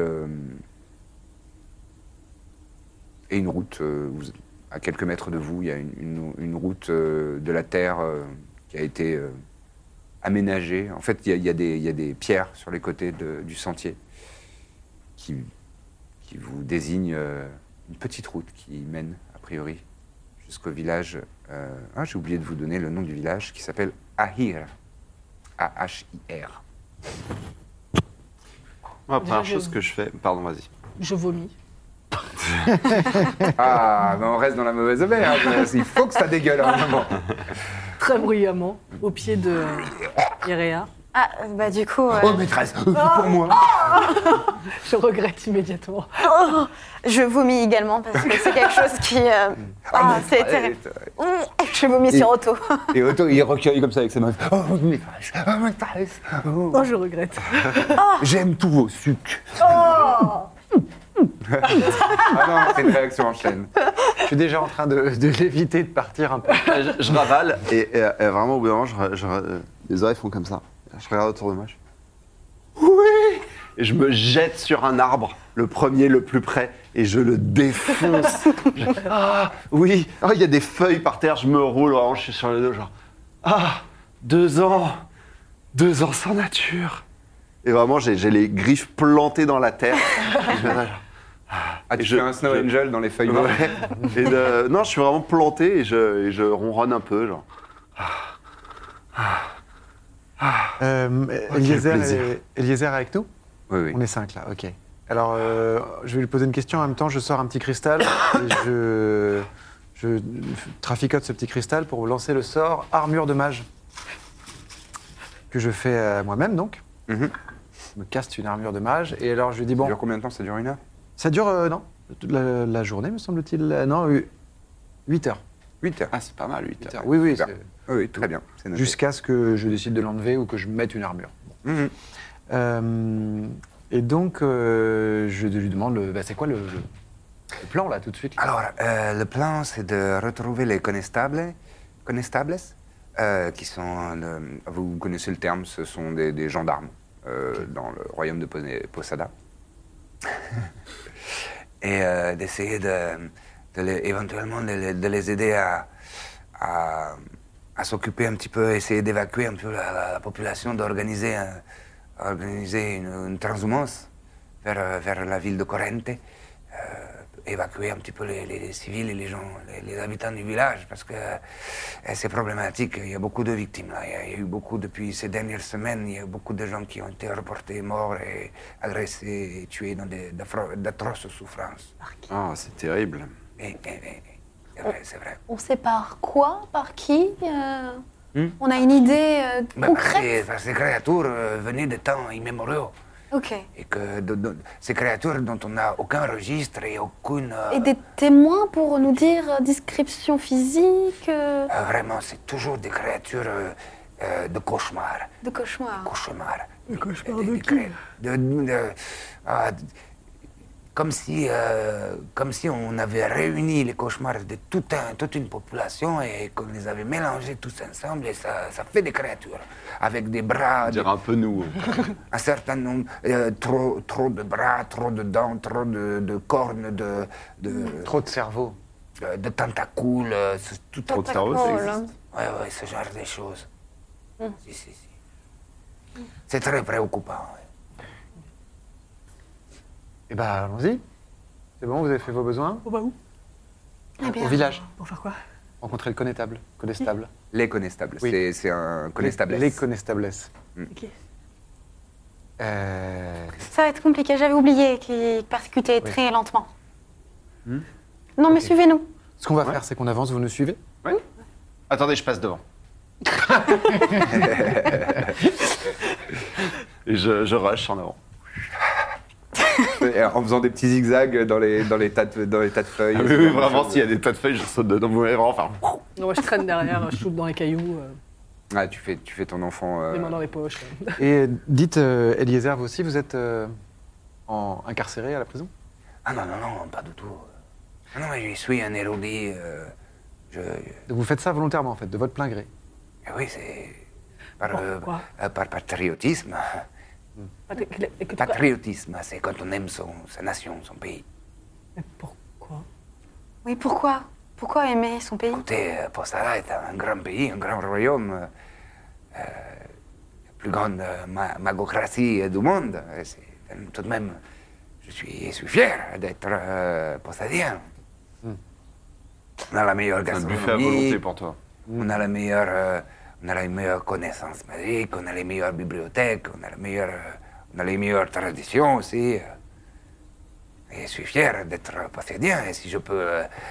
une route, à quelques mètres de vous, il y a une route de la terre qui a été aménagée. En fait, il y a des pierres sur les côtés du sentier qui vous désignent une petite route qui mène, a priori, jusqu'au village. J'ai oublié de vous donner le nom du village, qui s'appelle Ahir. A-H-I-R. La première Déjà, chose que je fais... Pardon, vas-y. Je vomis. Ah, mais on reste dans la mauvaise auberge. Il faut que ça dégueule à un moment. Très bruyamment, au pied de Iréa. Ah, bah du coup... Oh, maîtresse, pour moi. Je regrette immédiatement. oh, je vomis également parce que c'est quelque chose qui... c'est terrible. Je vomis sur Otto. Et Otto, il recueille comme ça avec ses mains. Oh, maîtresse, oh, maîtresse. Oh. Oh, je regrette. J'aime tous vos sucs. Oh Ah non, c'est une réaction en chaîne. Je suis déjà en train de l'éviter, de partir un peu. Je ravale et vraiment, au bout d'un moment, les oreilles font comme ça. Je regarde autour de moi. Oui. Et je me jette sur un arbre, le premier, le plus près, et je le défonce. Oui. Oh, il y a des feuilles par terre, je me roule, vraiment, je suis sur le dos, genre. 2 ans. 2 ans sans nature. Et vraiment, j'ai les griffes plantées dans la terre. Et je me dis, genre, Tu fais un Snow Angel dans les feuilles mortes. ouais. Non, je suis vraiment planté et je ronronne un peu, genre. Eliezer est avec nous? Oui, oui. On est 5 là, ok. Alors, je vais lui poser une question. En même temps, je sors un petit cristal et je traficote ce petit cristal pour lancer le sort Armure de mage. Que je fais moi-même, donc. Mhm. Je me caste une armure de mage. Et alors, je lui dis, Ça bon, dure combien de temps? Ça dure 1 heure? ça dure, non, toute la journée, me semble-t-il. Non, 8 heures. 8 heures. Ah, c'est pas mal, 8 heures. Oui, oui, Super. c'est- Oui, très bien. C'est noté. jusqu'à ce que je décide de l'enlever ou que je mette une armure. Mhm. Et donc, je lui demande, c'est quoi le plan, là, tout de suite là Alors, le plan, c'est de retrouver les conestables, qui sont, vous connaissez le terme, ce sont des gendarmes dans le royaume de Posada. Et d'essayer éventuellement de les aider à s'occuper un petit peu, essayer d'évacuer un peu la population, d'organiser une transhumance vers la ville de Corrente. Évacuer un petit peu les civils et les gens, les habitants du village, parce que c'est problématique. Il y a beaucoup de victimes là. Il y a eu beaucoup depuis ces dernières semaines. Il y a eu beaucoup de gens qui ont été reportés morts et agressés et tués dans d'atroces souffrances. Ah, c'est terrible. Et c'est vrai. On sait par quoi, par qui On a une idée concrète. Ces créatures venaient de temps immémoriaux. Ok. Et que ces créatures dont on n'a aucun registre et aucune... Et des témoins pour nous dire description physique vraiment, c'est toujours des créatures de cauchemar. de cauchemar. Cauchemar. Le cauchemar Des- de des qui cré- comme si on avait réuni les cauchemars de toute une population et qu'on les avait mélangés tous ensemble et ça fait des créatures avec des bras, On dirait un peu nous. un certain nombre, trop de bras, trop de dents, trop de cornes, Trop de cerveau. de tentacules, tout Trop de cerveau, ça Tentacles, existe. Ouais, ce genre de choses. Si. C'est très préoccupant. Ouais. Eh ben, allons-y. C'est bon, vous avez fait vos besoins? On va où? Eh bien, Au village. Pour faire quoi? Rencontrer le connétable. Conestable. Les conestables, Oui. c'est un conestable. Les conestables. Ok. ça va être compliqué. J'avais oublié qu'il percutait Oui. très lentement. Non, mais Ok. suivez-nous. Ce qu'on va faire, c'est qu'on avance, vous nous suivez? Attendez, je passe devant. Et je rush en avant. En faisant des petits zigzags dans les tas de feuilles. Ah oui, vraiment, s'il y a des tas de feuilles, je saute dedans. Vous voulez vraiment faire. Moi, je traîne derrière, je shoot dans les cailloux, Ah, tu fais ton enfant. les mains dans les poches. Et dites, Eliezer, vous aussi, vous êtes incarcéré à la prison? Ah non, pas du tout. Ah non, mais je suis un érudit. Donc vous faites ça volontairement, en fait, de votre plein gré. Oui, c'est Pourquoi par patriotisme. Patriotisme, c'est quand on aime sa nation, son pays. Mais pourquoi Oui, pourquoi? Pourquoi aimer son pays? Écoutez, Posada est un grand pays, un grand royaume. La plus grande magocratie du monde. Tout de même, je suis fier d'être possadien. On a la meilleure Un buffet à gastronomie, volonté pour toi. on a la meilleure connaissance magique, on a les meilleures bibliothèques, on a les meilleures traditions aussi. Et je suis fier d'être possédien, et si je peux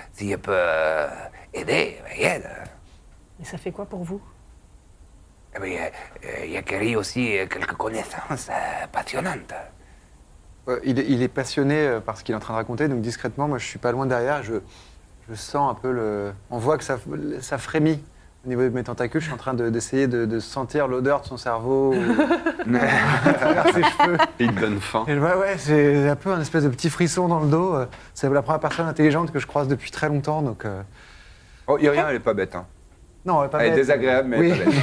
aider, ben, aide. Et ça fait quoi pour vous? Eh bien, il acquérit aussi quelques connaissances passionnantes. Il est passionné par ce qu'il est en train de raconter, donc discrètement, moi je suis pas loin derrière, je sens un peu on voit que ça frémit au niveau de mes tentacules, je suis en train d'essayer de sentir l'odeur de son cerveau à travers ses cheveux. Et il te donne faim. Et ouais, c'est un peu un espèce de petit frisson dans le dos. C'est la première personne intelligente que je croise depuis très longtemps, donc... Oh, Irian, elle est pas bête, hein. Non, elle est pas Elle est bête. désagréable, mais Oui. elle est pas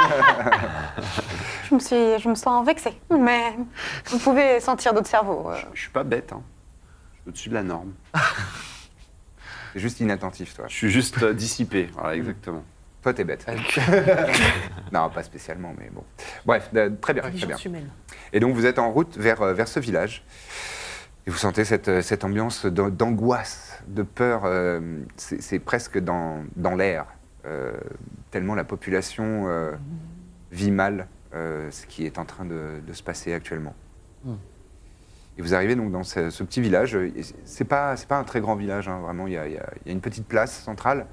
bête. Je me sens vexée, mais vous pouvez sentir d'autres cerveaux. Je suis pas bête, hein. Je suis au-dessus de la norme. C'est juste inattentif, toi. Je suis juste dissipé, voilà, exactement. Toi, t'es bête. Non, pas spécialement, mais bon. Bref, très bien, très bien. Intelligence humaine. Et donc, vous êtes en route vers ce village. Et vous sentez cette ambiance d'angoisse, de peur. C'est presque dans l'air. Tellement la population vit mal ce qui est en train de se passer actuellement. Et vous arrivez donc dans ce petit village. C'est pas un très grand village, hein, vraiment. Il y a une petite place centrale.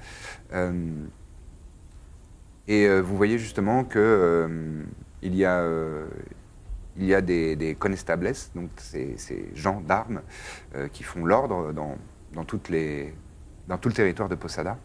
Et vous voyez justement que il y a des conestables, donc ces gens d'armes qui font l'ordre dans tout le territoire de Posada,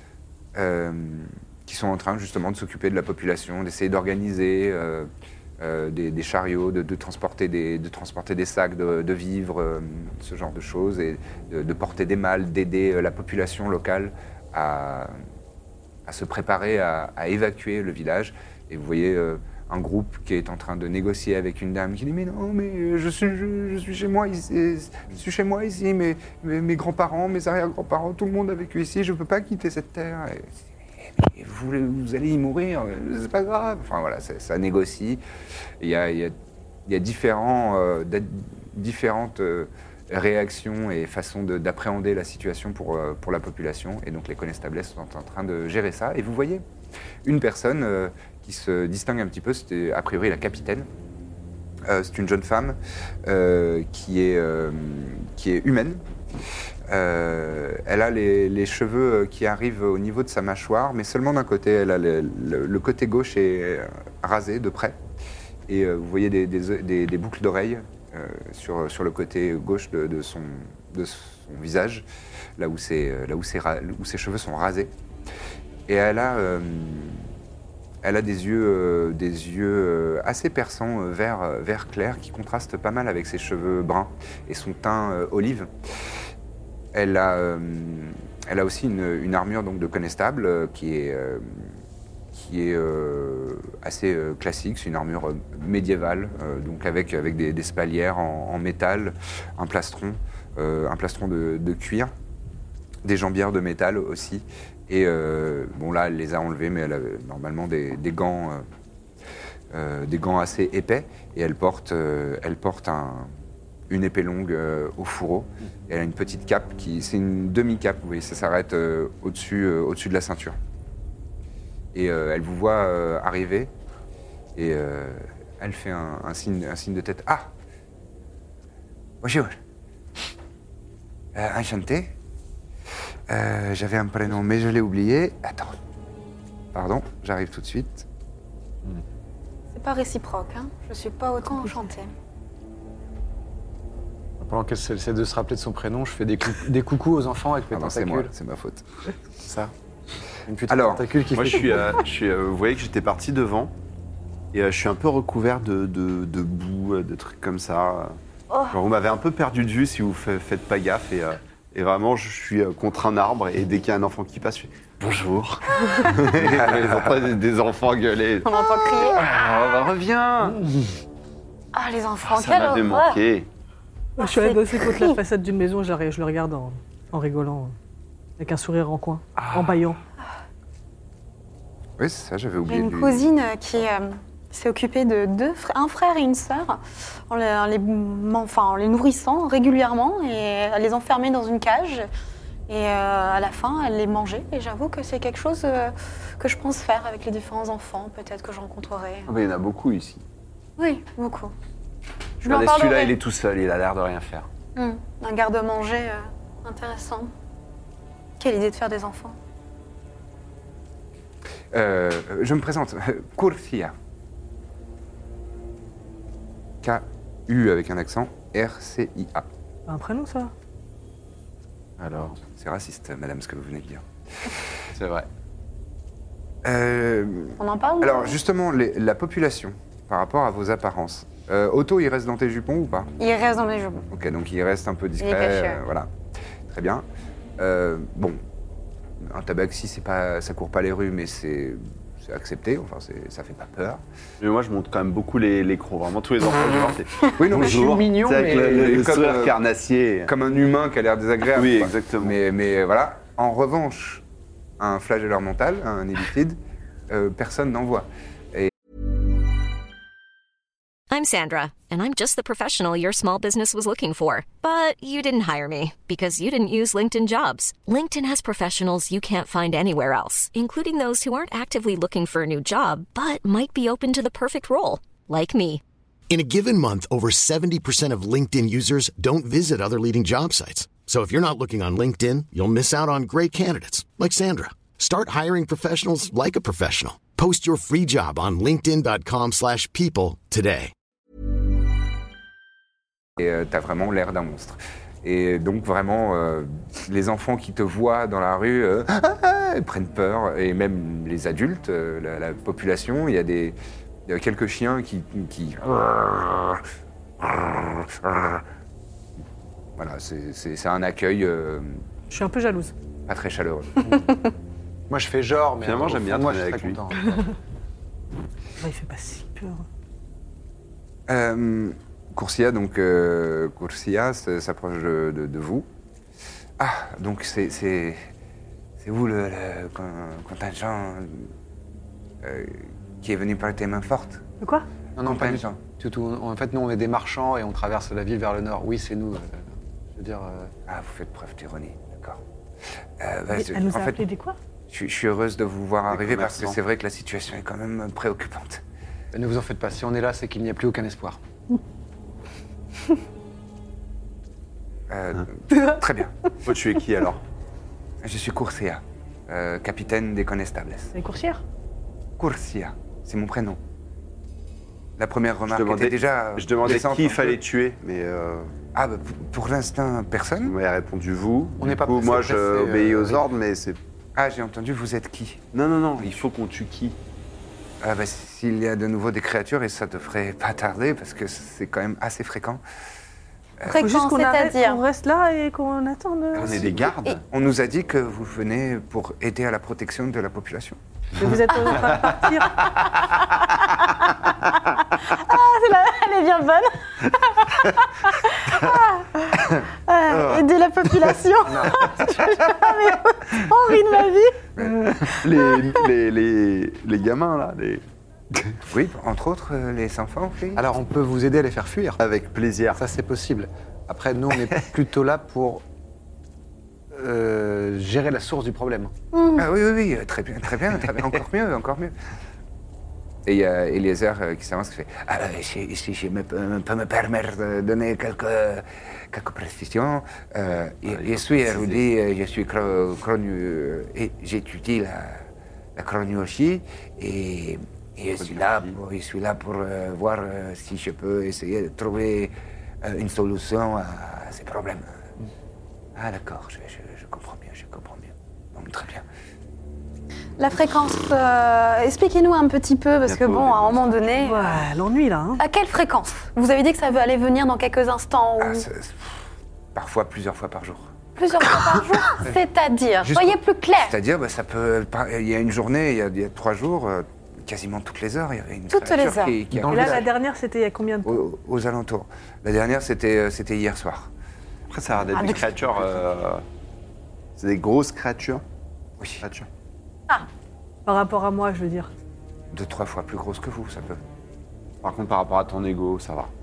qui sont en train justement de s'occuper de la population, d'essayer d'organiser des chariots, de transporter des sacs de vivres, ce genre de choses, et de porter des malles, d'aider la population locale à se préparer à évacuer le village. Et vous voyez un groupe qui est en train de négocier avec une dame qui dit « Mais non, mais je suis chez moi ici, mes grands-parents, mes arrière-grands-parents, tout le monde a vécu ici, je ne peux pas quitter cette terre. Et vous allez y mourir, c'est pas grave. » Enfin voilà, ça négocie. Il y a différentes réactions et façons d'appréhender la situation pour la population. Et donc les conestables sont en train de gérer ça. Et vous voyez une personne qui se distingue un petit peu, c'était a priori la capitaine. C'est une jeune femme qui est humaine. Elle a les cheveux qui arrivent au niveau de sa mâchoire, mais seulement d'un côté. Elle a le côté gauche est rasé de près. Et vous voyez des boucles d'oreilles sur le côté gauche de son visage, là où ses cheveux sont rasés. Et elle a des yeux assez perçants, vert clair, qui contrastent pas mal avec ses cheveux bruns et son teint olive. Elle a aussi une armure donc, de conestable qui est assez classique. C'est une armure médiévale, donc avec des spalières en métal, un plastron de cuir, des jambières de métal aussi. Et bon là, elle les a enlevées, mais elle a normalement des gants assez épais. Et elle porte une épée longue au fourreau. Et elle a une petite cape c'est une demi-cape, vous voyez, ça s'arrête au-dessus de la ceinture. Et elle vous voit arriver et elle fait un signe de tête. Ah, bonjour. Enchanté. J'avais un prénom, mais je l'ai oublié. Attends. Pardon, j'arrive tout de suite. C'est pas réciproque, hein. Je suis pas autant enchantée. Pendant qu'elle essaie de se rappeler de son prénom, je fais des coucous aux enfants avec mes Pardon, c'est tentacules. moi, c'est ma faute. Ça. Une petite Alors, tentacule qui Moi, fait vous voyez que j'étais parti devant et je suis un peu recouvert de boue, de trucs comme ça. Genre, vous m'avez un peu perdu de vue si vous faites pas gaffe et vraiment, je suis contre un arbre et dès qu'il y a un enfant qui passe, je fais bonjour. Et j'entends des enfants gueuler. On entend crier. Reviens. Ah, les enfants, Ça quelle m'avait horreur. manqué. Je suis adossée contre la façade d'une maison et je le regarde en rigolant, avec un sourire en coin, en bâillant. Oui, c'est ça, j'avais J'ai oublié de une lui- cousine qui s'est occupée de un frère et une sœur, en les nourrissant régulièrement et elle les enfermait dans une cage. Et à la fin, elle les mangeait. Et j'avoue que c'est quelque chose que je pense faire avec les différents enfants. Peut-être que je rencontrerai. Ah bah, il y en a beaucoup ici. Oui, beaucoup. Je lui en Regardez, celui-là, parlerai. il est tout seul, il a l'air de rien faire. Un garde-manger intéressant. Quelle idée de faire des enfants. Je me présente, Kurthia. K-U avec un accent, R-C-I-A. Un prénom, ça? Alors, C'est raciste, madame, ce que vous venez de dire. c'est vrai. On en parle Alors, justement, la population, par rapport à vos apparences. Otto, il reste dans tes jupons ou pas? Il reste dans les jupons. Ok, donc il reste un peu discret. Il est caché, ouais. Voilà. Très bien. Bon, un tabaxi, ça court pas les rues, mais c'est accepté. Enfin, ça fait pas peur. Mais moi, je monte quand même beaucoup les crocs. Vraiment, tous les enfants du genre, c'est Oui, non, mais je suis bonjour. mignon, C'est avec mais le comme, sourire carnassier. comme un humain qui a l'air désagréable. Oui, quoi. exactement. Mais voilà. En revanche, un flagelleur mental, un illithide, personne n'en voit. I'm Sandra, and I'm just the professional your small business was looking for. But you didn't hire me because you didn't use LinkedIn Jobs. LinkedIn has professionals you can't find anywhere else, including those who aren't actively looking for a new job, but might be open to the perfect role, like me. In a given month, over 70% of LinkedIn users don't visit other leading job sites. So if you're not looking on LinkedIn, you'll miss out on great candidates like Sandra. Start hiring professionals like a professional. Post your free job on linkedin.com/people today. Et t'as vraiment l'air d'un monstre. Et donc vraiment, les enfants qui te voient dans la rue ils prennent peur. Et même les adultes, la population, il y a quelques chiens qui... Voilà, c'est un accueil Je suis un peu jalouse. pas très chaleureux. Moi, je fais genre, mais Finalement, au j'aime fond, bien moi, je traîner suis très avec content. Il fait pas si peur. Kurthia, donc Kurthia s'approche de vous. Ah, donc c'est vous le contingent qui est venu par tes mains fortes. De quoi? Non, pas du Contingent. tout. En fait, nous, on est des marchands et on traverse la ville vers le nord. Oui, c'est nous. Je veux dire, Ah, vous faites preuve d'ironie, d'accord. Elle nous a appelé des quoi? je suis heureuse de vous voir arriver parce que commerçants. c'est vrai que la situation est quand même préoccupante. ne vous en faites pas. Si on est là, c'est qu'il n'y a plus aucun espoir. Très bien. Toi, tu es qui alors? Je suis Kurthia, capitaine des Conestables. Les coursières? Kurthia, c'est mon prénom. La première remarque demandais- était déjà... Je demandais blessante qui un il fallait peu. tuer, mais Ah, bah, pour l'instant, vous personne. m'avez répondu vous. On Du n'est pas coup, pressé, moi, pressé, j'obéis aux oui. ordres, mais c'est... Ah, j'ai entendu, vous êtes qui? Non, il faut qu'on tue qui? Ah, bah, s'il y a de nouveau des créatures, et ça devrait pas tarder, parce que c'est quand même assez fréquent. Faut juste Fréquent, qu'on arrête, c'est-à-dire. qu'on reste là et qu'on attende. On est des gardes. On nous a dit que vous venez pour aider à la protection de la population. Et vous êtes en train de partir. Elle est bien bonne. Aider la population. J'ai jamais autant ri de ma vie. Les gamins, là, Oui, entre autres, les enfants, oui. Alors, on peut vous aider à les faire fuir. avec plaisir. Ça, c'est possible. Après, nous, on est plutôt là pour gérer la source du problème. Ah oui, très bien, encore mieux. Et il y a Eliezer qui s'avance, qui fait « Ah, si je peux me permettre de donner quelques précisions, je suis érudit, je suis et j'étudie la chronologie, et je suis là pour voir si je peux essayer de trouver une solution ces problèmes. Ah d'accord, je comprends mieux, Bon, très bien. La fréquence, expliquez-nous un petit peu, parce que Bientôt, bon, à un moment donné... Ouais, l'ennui là. Hein. À quelle fréquence? Vous avez dit que ça veut aller venir dans quelques instants ou Parfois plusieurs fois par jour. plusieurs fois par jour? C'est-à-dire, soyez plus clair. C'est-à-dire, ça peut. Il y a une journée, il y a 3 jours, quasiment toutes les heures, il y avait une Toutes créature les heures. qui Et là, la dernière, c'était il y a combien de temps? aux alentours. La dernière, c'était hier soir. Après, ça a l'air d'être des donc- créatures. C'est des grosses créatures. Oui, Créatures. Par rapport à moi, je veux dire. 2-3 fois plus grosse que vous, ça peut. Par contre, par rapport à ton ego, ça va.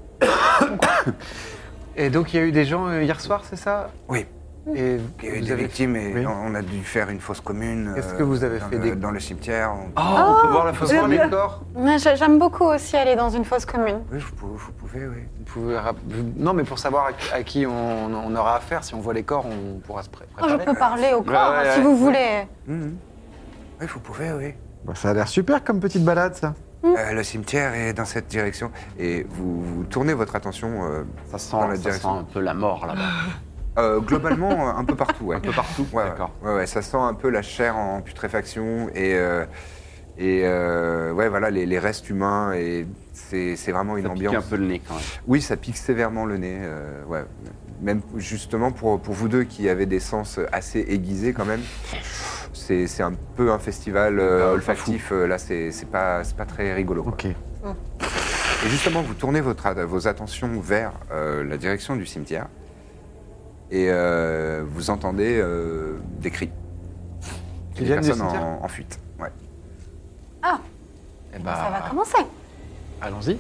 Et donc, il y a eu des gens hier soir, c'est ça? Oui. Et Il y a eu vous des avez- victimes et Oui. on a dû faire une fosse commune. Qu'est-ce que vous avez dans fait dans le cimetière. Oh, on peut voir la fosse j'aime les bien. corps. Mais j'aime beaucoup aussi aller dans une fosse commune. Oui, vous pouvez, oui. Vous pouvez non, mais pour savoir à qui on aura affaire, si on voit les corps, on pourra se Oh, préparer. je peux parler au corps, ouais, si ouais. vous voulez. Oui, vous pouvez, oui. Bah, ça a l'air super comme petite balade, ça. Le cimetière est dans cette direction et vous tournez votre attention Ça sent, dans la ça sent direction. un peu la mort là-bas. Globalement, un peu partout, ouais. Un peu partout, Ouais, d'accord. Ouais, ça sent un peu la chair en putréfaction et ouais, voilà, les restes humains et c'est vraiment une Ça pique ambiance. un peu le nez quand même. Oui, ça pique sévèrement le nez. Ouais. Même justement pour vous deux qui avez des sens assez aiguisés quand même, c'est un peu un festival olfactif. Là, c'est pas très rigolo. Quoi. Ok. Et justement, vous tournez vos attentions vers la direction du cimetière et vous entendez des cris. Qui Des viennent du personnes cimetière en fuite. Ouais. Ah, Eh bah, ça va commencer. allons-y.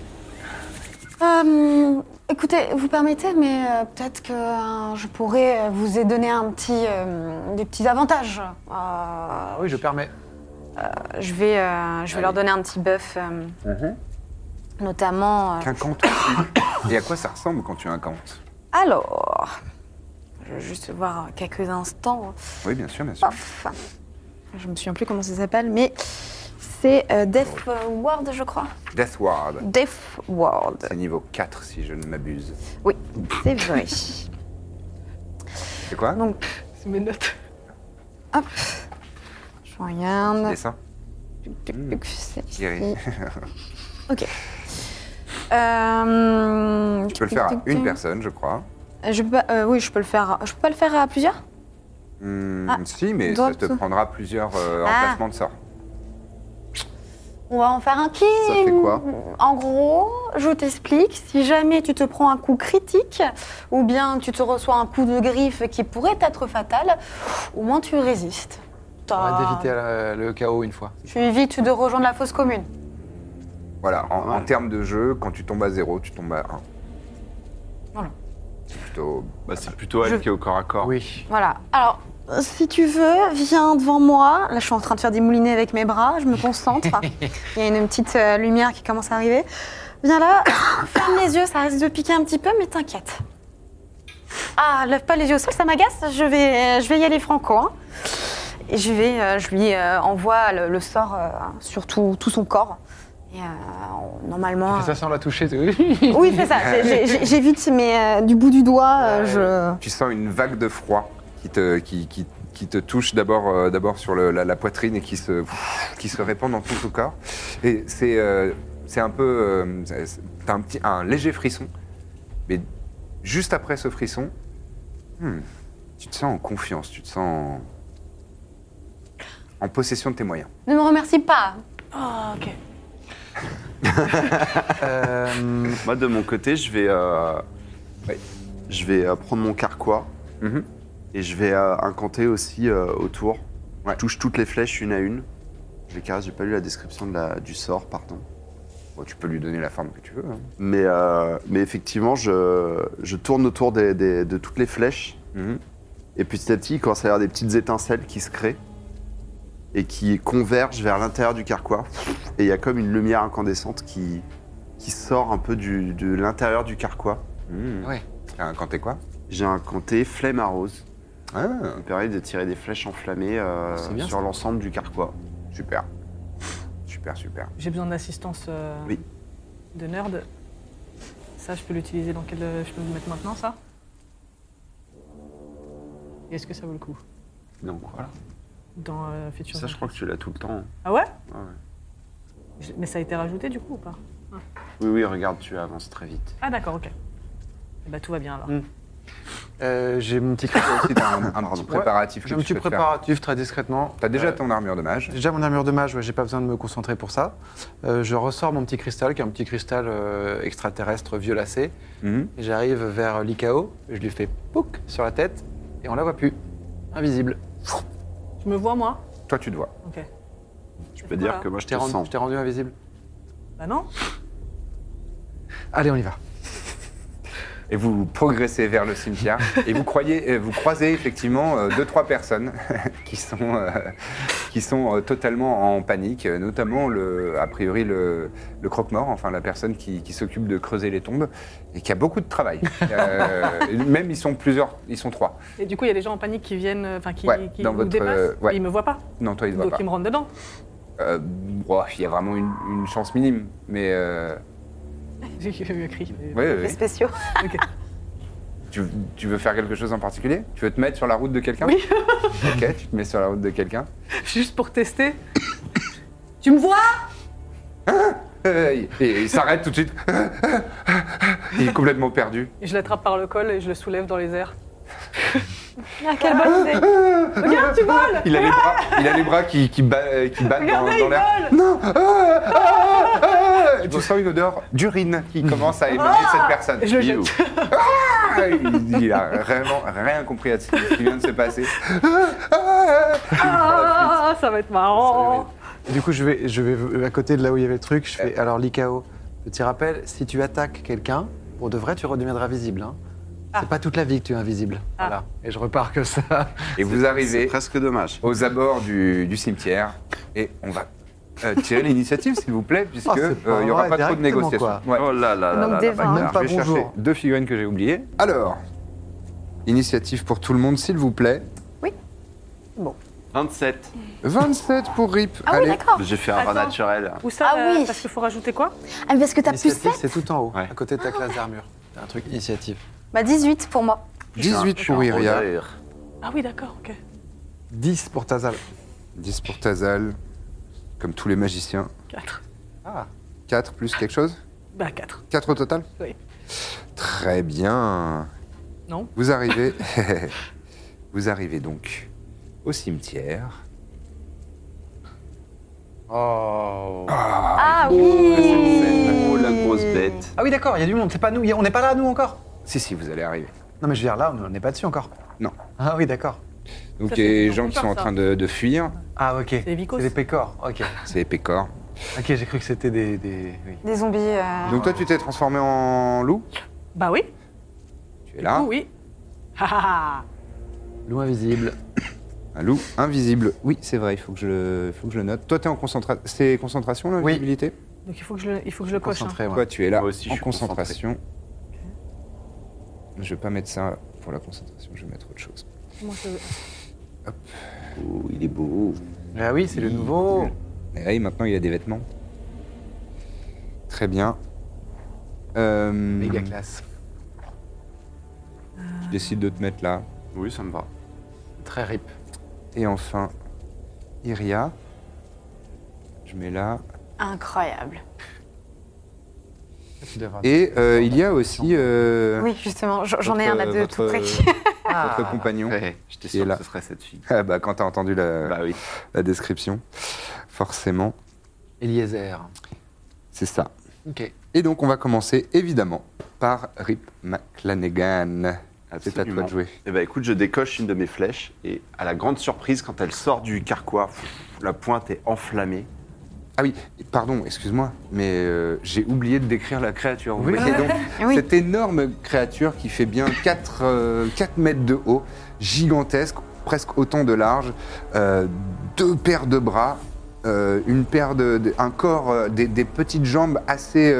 Écoutez, vous permettez, mais peut-être que je pourrais vous donner des petits avantages. Oui, je permets. Je vais leur donner un petit buff, notamment. Qu'incante Et à quoi ça ressemble quand tu incantes? Alors, je vais juste voir quelques instants. Oui, bien sûr, bien sûr. Paf. Je me souviens plus comment ça s'appelle, mais c'est Death Ward, je crois. Death Ward. Death Ward. C'est niveau 4 si je ne m'abuse. Oui, c'est vrai. C'est quoi? Donc, C'est mes notes. hop, je regarde. Dessin. C'est Thierry. ici. Ok. Tu peux le faire à une personne, je crois. Je peux, oui, je peux le faire. Je peux pas le faire à plusieurs? Si, mais ça te d'autres. prendra plusieurs emplacements de sort. On va en faire un qui. Ça fait quoi? En gros, je t'explique. Si jamais tu te prends un coup critique, ou bien tu te reçois un coup de griffe qui pourrait être fatal, au moins tu résistes. On va d'éviter le chaos une fois. Tu évites de rejoindre la fosse commune. Voilà, en termes de jeu, quand tu tombes à 0, tu tombes à 1. Voilà. C'est plutôt... Bah, c'est plutôt elle qui est au corps à corps. Oui. Voilà. Alors, si tu veux, viens devant moi. Là, je suis en train de faire des moulinets avec mes bras. Je me concentre. Il y a une petite lumière qui commence à arriver. Viens là, ferme les yeux. Ça risque de piquer un petit peu, mais t'inquiète. Ah, lève pas les yeux au sol, ça m'agace. Je vais y aller franco. Hein. Et je lui envoie le sort sur tout son corps. Et normalement. Ça sent la toucher. Oui, fais ça. J'évite, mais du bout du doigt, je. Tu sens une vague de froid qui te touche d'abord sur la poitrine et qui se répand dans tout ton corps. Et c'est un peu... t'as un léger frisson, mais juste après ce frisson, tu te sens en confiance, tu te sens en possession de tes moyens. Ne me remercie pas. Ah, ok. Moi, de mon côté, je vais prendre mon carquois et je vais incanter aussi autour. Ouais. Je touche toutes les flèches une à une. Je les caresse, j'ai pas lu la description du sort, pardon. Bon, tu peux lui donner la forme que tu veux. Hein. Mais effectivement, je tourne autour de toutes les flèches. Et petit à petit, il commence à y avoir des petites étincelles qui se créent et qui convergent vers l'intérieur du carquois. Et il y a comme une lumière incandescente qui sort un peu de l'intérieur du carquois. Ouais. T'as incanté quoi? J'ai incanté Flemme à rose. Ah, Ça permet de tirer des flèches enflammées C'est bien, sur ça. l'ensemble du carquois. super. Super. J'ai besoin d'assistance Oui. de nerd. Ça, je peux l'utiliser dans quel. Je peux le mettre maintenant, ça? Et est-ce que ça vaut le coup Donc voilà. dans Future Ça, je crois que tu l'as tout le temps. Ah ouais Ah ouais. Mais ça a été rajouté du coup ou pas? Oui, oui, regarde, tu avances très vite. Ah d'accord, ok. Eh ben, tout va bien alors. J'ai mon petit Aussi, t'as un petit préparatif. J'ai un petit préparatif très discrètement. T'as déjà ton armure de mage. J'ai déjà mon armure de mage, ouais, j'ai pas besoin de me concentrer pour ça. Je ressors mon petit cristal, qui est un petit cristal extraterrestre violacé. Mhm. Et j'arrive vers l'Ikao, je lui fais pouc sur la tête, et on la voit plus. Invisible. Tu me vois moi? Toi, tu te vois. Ok. Je peux dire que moi, je te sens. Je t'ai rendu invisible. Bah non. Allez, on y va. Et vous progressez vers le cimetière et vous croisez effectivement 2-3 personnes qui sont totalement en panique, notamment a priori le croque-mort, enfin la personne qui s'occupe de creuser les tombes et qui a beaucoup de travail. Même ils sont 3. Et du coup, il y a des gens en panique qui viennent, qui dans nous votre, dépassent. ouais. Ils me voient pas. Non, toi ils ne voient Donc pas. ils me rentrent dedans. Il y a vraiment une chance minime, mais J'ai eu un cri. oui. Les spéciaux. Ok. Tu veux faire quelque chose en particulier? Tu veux te mettre sur la route de quelqu'un? Oui. Ok, tu te mets sur la route de quelqu'un. Juste pour tester. Tu me vois? Et il s'arrête tout de suite. Il est complètement perdu. Et je l'attrape par le col et je le soulève dans les airs. Ah, quelle bonne idée. Regarde, tu voles! Il a les bras qui battent Regardez, dans il l'air. vole! Non. Et tu sens une odeur d'urine qui commence à émaner de cette personne. Et je le jette. Il a vraiment rien compris à ce qui vient de se passer. Ah, ça va être marrant! Et du coup, je vais à côté de là où il y avait le truc, je fais alors l'Ikao, petit rappel, si tu attaques quelqu'un, pour de vrai, tu redeviendras visible. Hein. C'est pas toute la vie que tu es invisible. Ah. Voilà. Et je repars que ça. Et vous C'est arrivez presque dommage. aux abords du cimetière et on va tirer l'initiative, s'il vous plaît, puisque Oh, c'est pas il n'y aura vrai, pas trop de directement, négociations. quoi. Ouais. Oh là là là Donc là des là, vins. bâtard. Même pas Je vais chercher bonjour. 2 figurines que j'ai oubliées. Alors, initiative pour tout le monde, s'il vous plaît. 27. 27 pour Rip. Ah oui, Allez. d'accord. J'ai fait un rat Attends. naturel. Où ça? Ah oui. Parce qu'il faut rajouter quoi? Ah, mais parce que t'as plus Initiative, 7. c'est tout en haut, Ouais. à côté de ta classe d'armure. T'as un truc initiative. Bah 18 pour moi. 18 pour Iria. Ah oui, d'accord, ok. 10 pour Tazal. 10 pour Tazal, comme tous les magiciens. 4. Ah. 4 plus quelque chose? Bah 4. 4 au total? Oui. Très bien. Non. Vous arrivez, vous arrivez donc au cimetière. Oh. Ah Oh, oui. la grosse bête. Ah oui, d'accord, il y a du monde. C'est pas nous. On n'est pas là, nous, encore. Si, vous allez arriver. Non, mais je veux dire, là, on n'est pas dessus encore. Non. Ah oui, d'accord. Donc Ça, il y a c'est des pour gens ton qui sont en corps, train ça. de fuir. Ah, ok. C'est les vicos. C'est des pécores. Ok. C'est les pécores. Ok, j'ai cru que c'était des. Oui. Des zombies. Donc toi, tu t'es transformé en loup. Bah oui. Tu es là. Du coup, oui. Ha ha ha. Loup invisible. Un loup invisible. Oui, c'est vrai, il faut que je le note. Toi, tu es en concentration. C'est concentration, Oui. l'invisibilité? Donc il faut que je le coche. hein. Concentré, ouais. Toi, tu es là Moi aussi, je en suis concentration. Je vais pas mettre ça pour la concentration, je vais mettre autre chose. Comment je- Oh, il est beau. Ah oui, c'est le nouveau. Et oui, maintenant, il a des vêtements. Très bien. Méga classe. Je décide de te mettre là. Oui, ça me va. Très rip. Et enfin, Iria. Je mets là. Incroyable. Tu devras- Et il y a aussi Oui, justement, j'en ai un là de tout près. votre compagnon. Ouais, j'étais Qui est sûr là. que ce serait cette fille. Ah bah, quand tu as entendu Bah oui. la description, forcément, Eliezer. c'est ça. Ok. Et donc, on va commencer évidemment par Rip McClanagan. C'est à toi Absolument. de jouer. Eh ben, écoute, je décoche une de mes flèches et à la grande surprise, quand elle sort du carquois, la pointe est enflammée. Ah oui, pardon, excuse-moi, mais j'ai oublié de décrire la créature. Vous Oui. voyez donc Oui. cette énorme créature qui fait bien 4 mètres de haut, gigantesque, presque autant de large, 2 paires de bras, un corps, des petites jambes assez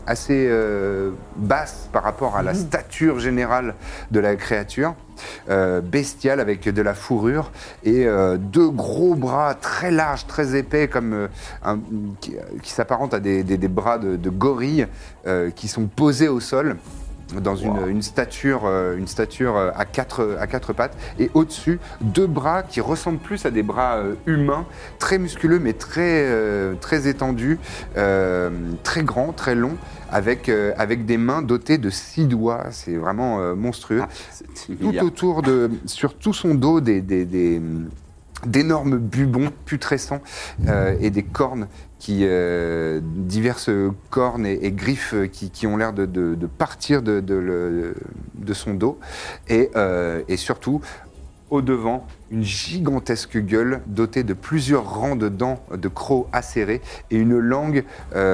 basses par rapport à la stature générale de la créature, bestiale avec de la fourrure et 2 gros bras très larges, très épais, comme qui s'apparentent à des bras de gorille qui sont posés au sol. dans une stature à quatre pattes, et au-dessus, 2 bras qui ressemblent plus à des bras humains, très musculeux mais très étendus, très grands, très longs, avec des mains dotées de 6 doigts. C'est vraiment monstrueux. Tout autour sur tout son dos, d'énormes bubons putrescents et des cornes diverses cornes et griffes qui ont l'air de partir de son dos, et surtout au devant une gigantesque gueule dotée de plusieurs rangs de dents de crocs acérés et une langue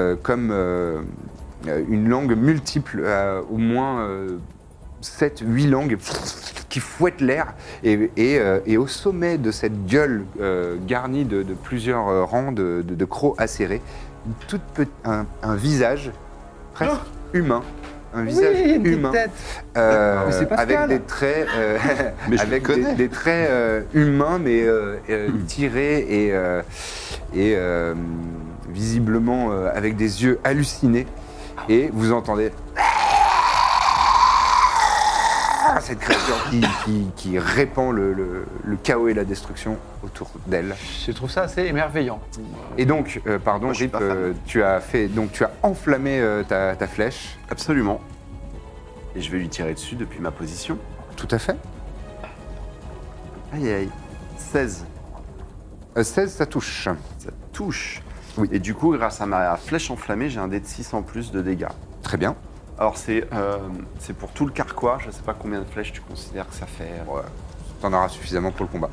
une langue multiple, au moins 7-8 langues qui fouettent l'air, et au sommet de cette gueule garnie de plusieurs rangs de crocs acérés, un visage presque humain. Un visage humain, avec des traits, des traits humains, mais tirés et visiblement avec des yeux hallucinés. Et vous entendez cette créature qui répand le chaos et la destruction autour d'elle. Je trouve ça assez émerveillant. Et donc, pardon, suis Rip, pas fan. tu as enflammé ta flèche. Absolument. Et je vais lui tirer dessus depuis ma position. Tout à fait. Aïe aïe. 16. 16, ça touche. Ça touche. Oui. Et du coup, grâce à ma flèche enflammée, j'ai un dé de 6 en plus de dégâts. Très bien. Alors c'est pour tout le carquois, je ne sais pas combien de flèches tu considères que ça fait. Ouais. T'en auras suffisamment pour le combat.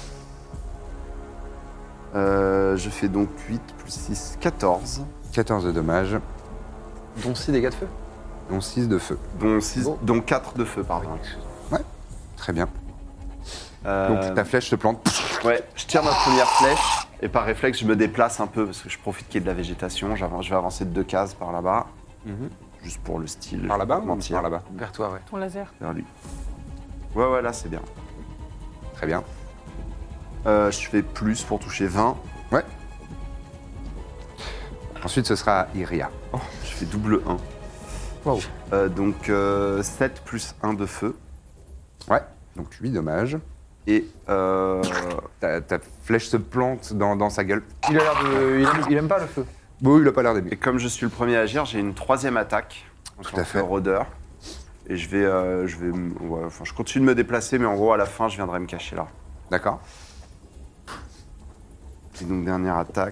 Je fais donc 8 plus 6, 14. 14 de dommages, Dont 6 dégâts de feu. dont 6 de feu. Dont 4 de feu, pardon. Très bien. Euh, Donc ta flèche se plante. Ouais, je tire ma première flèche et par réflexe, je me déplace un peu parce que je profite qu'il y ait de la végétation. Je vais avancer de 2 cases par là-bas, juste pour le style. Par là-bas je vais pas ou mentir. par là-bas? Vers toi, ouais. Ton laser. Vers lui. Ouais, là c'est bien. Très bien. Je fais plus pour toucher 20. Ouais. Ensuite, ce sera Iria. Oh, je fais double 1. Wow. Donc 7 plus 1 de feu. Ouais. Donc 8 dommages. Et Ta flèche se plante dans sa gueule. Il a l'air de. Il aime pas le feu. Bon, il a pas l'air d'aimer. Et comme je suis le premier à agir, j'ai une 3e attaque. En Tout tant à que fait. rôdeur. Et je continue de me déplacer, mais en gros, à la fin, je viendrai me cacher là. D'accord. Et donc, dernière attaque.